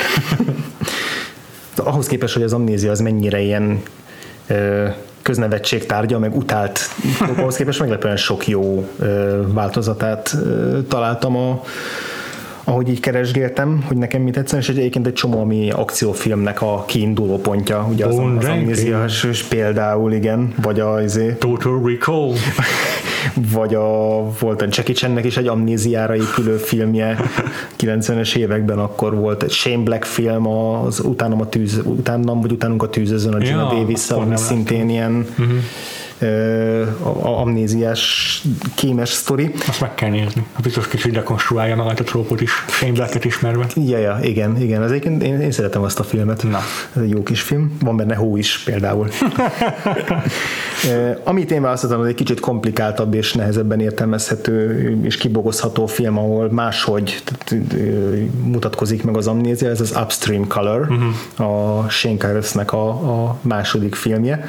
Ahhoz képest, hogy az amnézia az mennyire ilyen ö, köznevetség tárgya, meg utált, ahhoz képest meglepően sok jó ö, változatát ö, találtam, a, ahogy így keresgéltem, hogy nekem mit tetszene, és egyébként egy csomó, ami akciófilmnek a kiinduló pontja, ugye az, az amnézia, és például igen, vagy a izé, Total Recall, vagy a, volt egy Jackie Channek is egy amnéziára épülő filmje kilencvenes években, akkor volt egy Shane Black film, az utánam a tűz, utánam, vagy utánunk a tűzözön a Gina ja, Davis-szal, ami szintén láttam. Ilyen uh-huh. uh, a, amnéziás kémes sztori. Azt meg kell nézni. A biztos kicsit dekonstruálja magát a trópot is, Shane Black-et ismerve. Ja, ja, igen, igen. Az én, én, én szeretem azt a filmet. Na. Ez egy jó kis film. Van benne hó is például. uh, amit én választottam, az egy kicsit komplikáltabb és nehezebben értelmezhető és kibogozható film, ahol máshogy mutatkozik meg az amnézia, ez az Upstream Color, uh-huh. a Shane Carruth's-nek a, a második filmje.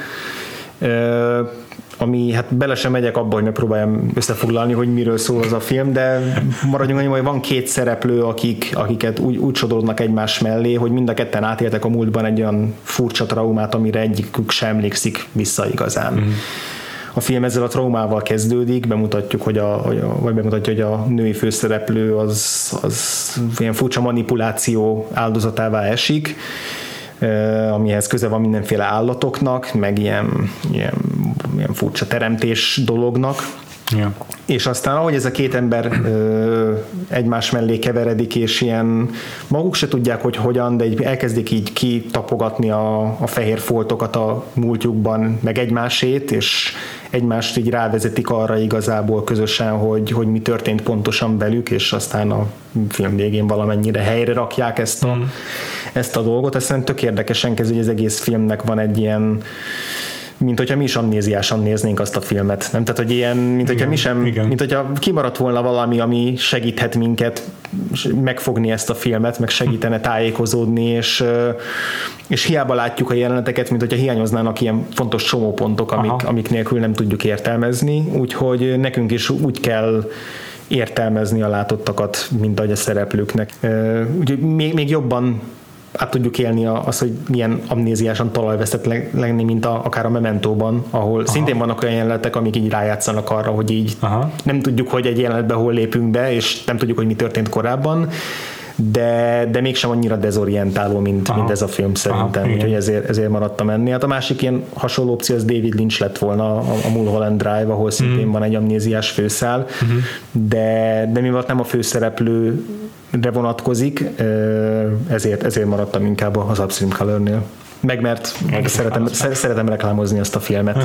Uh, ami, hát bele sem megyek abba, hogy megpróbáljam összefoglalni, hogy miről szól az a film, de maradjunk annyi, hogy van két szereplő, akik, akiket úgy, úgy sodornak egymás mellé, hogy mind a ketten átéltek a múltban egy olyan furcsa traumát, amire egyikük sem emlékszik vissza igazán. Mm. A film ezzel a traumával kezdődik, bemutatjuk, hogy a, vagy bemutatja, hogy a női főszereplő az, az ilyen furcsa manipuláció áldozatává esik, amihez köze van mindenféle állatoknak, meg ilyen, ilyen, ilyen furcsa teremtés dolognak. Ja. És aztán ahogy ez a két ember ö, egymás mellé keveredik, és ilyen maguk se tudják, hogy hogyan, de így elkezdik így kitapogatni a, a fehér foltokat a múltjukban, meg egymásét, és egymást így rávezetik arra igazából közösen, hogy, hogy mi történt pontosan velük, és aztán a film végén valamennyire helyre rakják ezt a, mm. ezt a dolgot. Ezt szerintem tök érdekesen kezd, hogy az egész filmnek van egy ilyen, mint hogyha mi is amnéziásan néznénk azt a filmet. Nem? Tehát, hogy ilyen, mint hogyha mi sem, igen. mint hogyha kimaradt volna valami, ami segíthet minket megfogni ezt a filmet, meg segítene tájékozódni, és, és hiába látjuk a jeleneteket, mint hogyha hiányoznának ilyen fontos csomópontok, amik, amik nélkül nem tudjuk értelmezni. Úgyhogy nekünk is úgy kell értelmezni a látottakat, mint ahogy a szereplőknek. Úgyhogy még, még jobban át tudjuk élni az, hogy milyen amnéziásan talajvesztett lenni, mint a, akár a Mementóban, ahol aha. szintén vannak olyan jelenetek, amik így rájátszanak arra, hogy így aha. nem tudjuk, hogy egy jelenetben hol lépünk be, és nem tudjuk, hogy mi történt korábban, de, de mégsem annyira dezorientáló, mint, mint ez a film szerintem, aha, úgyhogy ezért, ezért maradtam enni. Hát a másik ilyen hasonló opció az David Lynch lett volna, a, a Mulholland Drive, ahol szintén mm. van egy amnéziás főszál, mm-hmm. de, de mivel nem a főszereplő de vonatkozik, ezért, ezért maradtam inkább az Upstream Color-nél. Meg mert szeretem, szeretem reklámozni azt a filmet.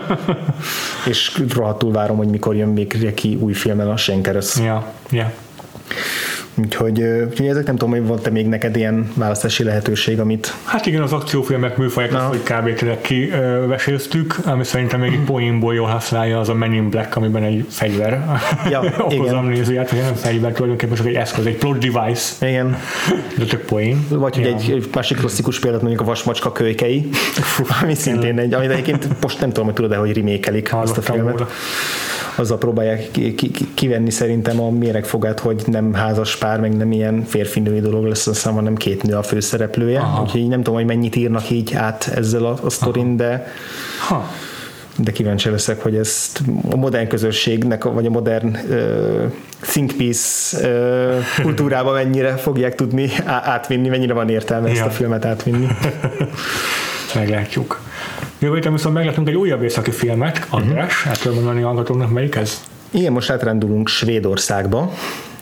És rohadtul várom, hogy mikor jön még ki új filmen a Shane Carruth. Ja, ja. Úgyhogy, úgyhogy ezek nem tudom, hogy volt-e még neked ilyen választási lehetőség, amit... Hát igen, az akciófilmek műfaját, azt, hogy kb. Tényleg kiveséztük, ami szerintem még egy poénból jól használja, az a Men in Black, amiben egy fegyver ja, okoz amnéziát, hogy nem fegyver, tulajdonképpen csak egy eszköz, egy plot device. Igen. De tök poén. Vagy ja. egy, egy másik klasszikus példát, mondjuk a Vasmacska kölykei, ami szintén egy, amit egyébként most nem tudom, hogy tudod-e, hogy remékelik azt a filmet. Volna. azzal próbálják ki, ki, kivenni szerintem a méregfogát, hogy nem házas pár, meg nem ilyen férfi-női dolog lesz, aztán hanem két nő a főszereplője. Aha. Úgyhogy nem tudom, hogy mennyit írnak így át ezzel a, a sztorin, de ha. de kíváncsi leszek, hogy ezt a modern közösségnek, vagy a modern uh, think piece uh, kultúrába mennyire fogják tudni átvinni, mennyire van értelme ja. ezt a filmet átvinni. Meglátjuk. Jövő héten viszont meglátunk egy újabb északi filmet, András, uh-huh. el tudom mondani a hallgatóknak, melyik ez? Igen, most átrendulunk Svédországba.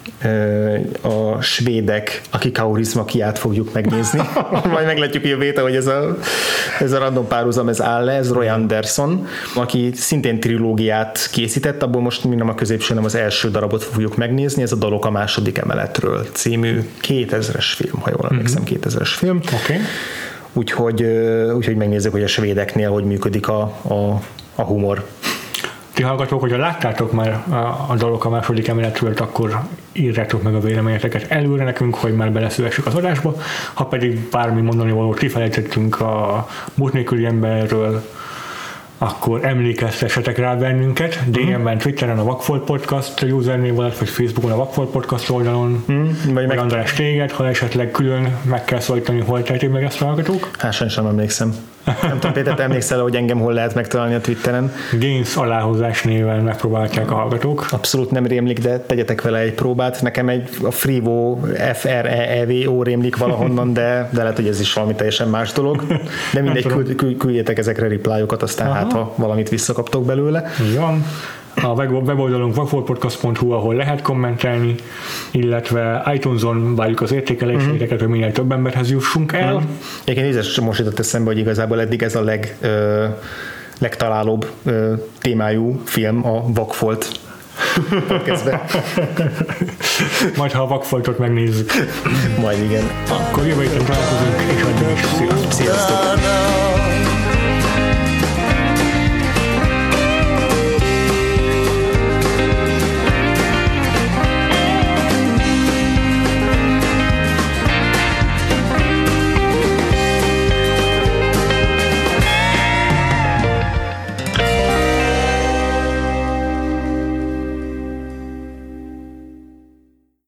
A svédek, akik Kaurismäkiát fogjuk megnézni. Majd meglátjuk jövő héten, hogy ez a, ez a random párhuzam ez áll le, ez Roy Andersson, aki szintén trilógiát készített, abból most mi nem a középső, nem az első darabot fogjuk megnézni, ez a Dalok a második emeletről című kétezres film, ha jól emlékszem, uh-huh. kétezres film. Okay. Úgyhogy, úgyhogy megnézzük, hogy a svédeknél hogy működik a, a, a humor. Ti hallgatók, hogyha láttátok már a Dalok a második emeletről, akkor írjátok meg a véleményeteket előre nekünk, hogy már beleszülessük az adásba. Ha pedig bármi mondani valót kifelejtettünk a Múlt nélküli emberről, akkor emlékeztessetek rá bennünket. dé em-ben, Twitteren a Vakfolt Podcast usernév alatt, vagy Facebookon a Vakfolt Podcast oldalon, mm, vagy meg, meg András téged, ha esetleg külön meg kell szólítani, hol tehetik meg ezt a hallgatók. Hát sem, sem emlékszem. Nem tudom, Péter, te emlékszel, hogy engem hol lehet megtalálni a Twitteren? Gains aláhozás néven megpróbálják a hallgatók. Abszolút nem rémlik, de tegyetek vele egy próbát. Nekem egy a Freevo, F R E E V O rémlik valahonnan, de, de lehet, hogy ez is valami teljesen más dolog. De mindegy, küld, küld, küldjetek ezekre replyokat, aztán aha. hát, ha valamit visszakaptok belőle. Igen. A weboldalunk vakfoltpodcast pont hu, ahol lehet kommentelni, illetve iTunes-on várjuk az értékeléseket, mm. hogy minél több emberhez jussunk el. Mm. Egyébként nézes, most jutott eszembe, hogy igazából eddig ez a leg, ö, legtalálóbb ö, témájú film a Vakfolt podcastben. Majd ha a Vakfoltot megnézzük. Majd igen. Akkor jövő héten találkozunk, és addig is sziasztok. Sziasztok.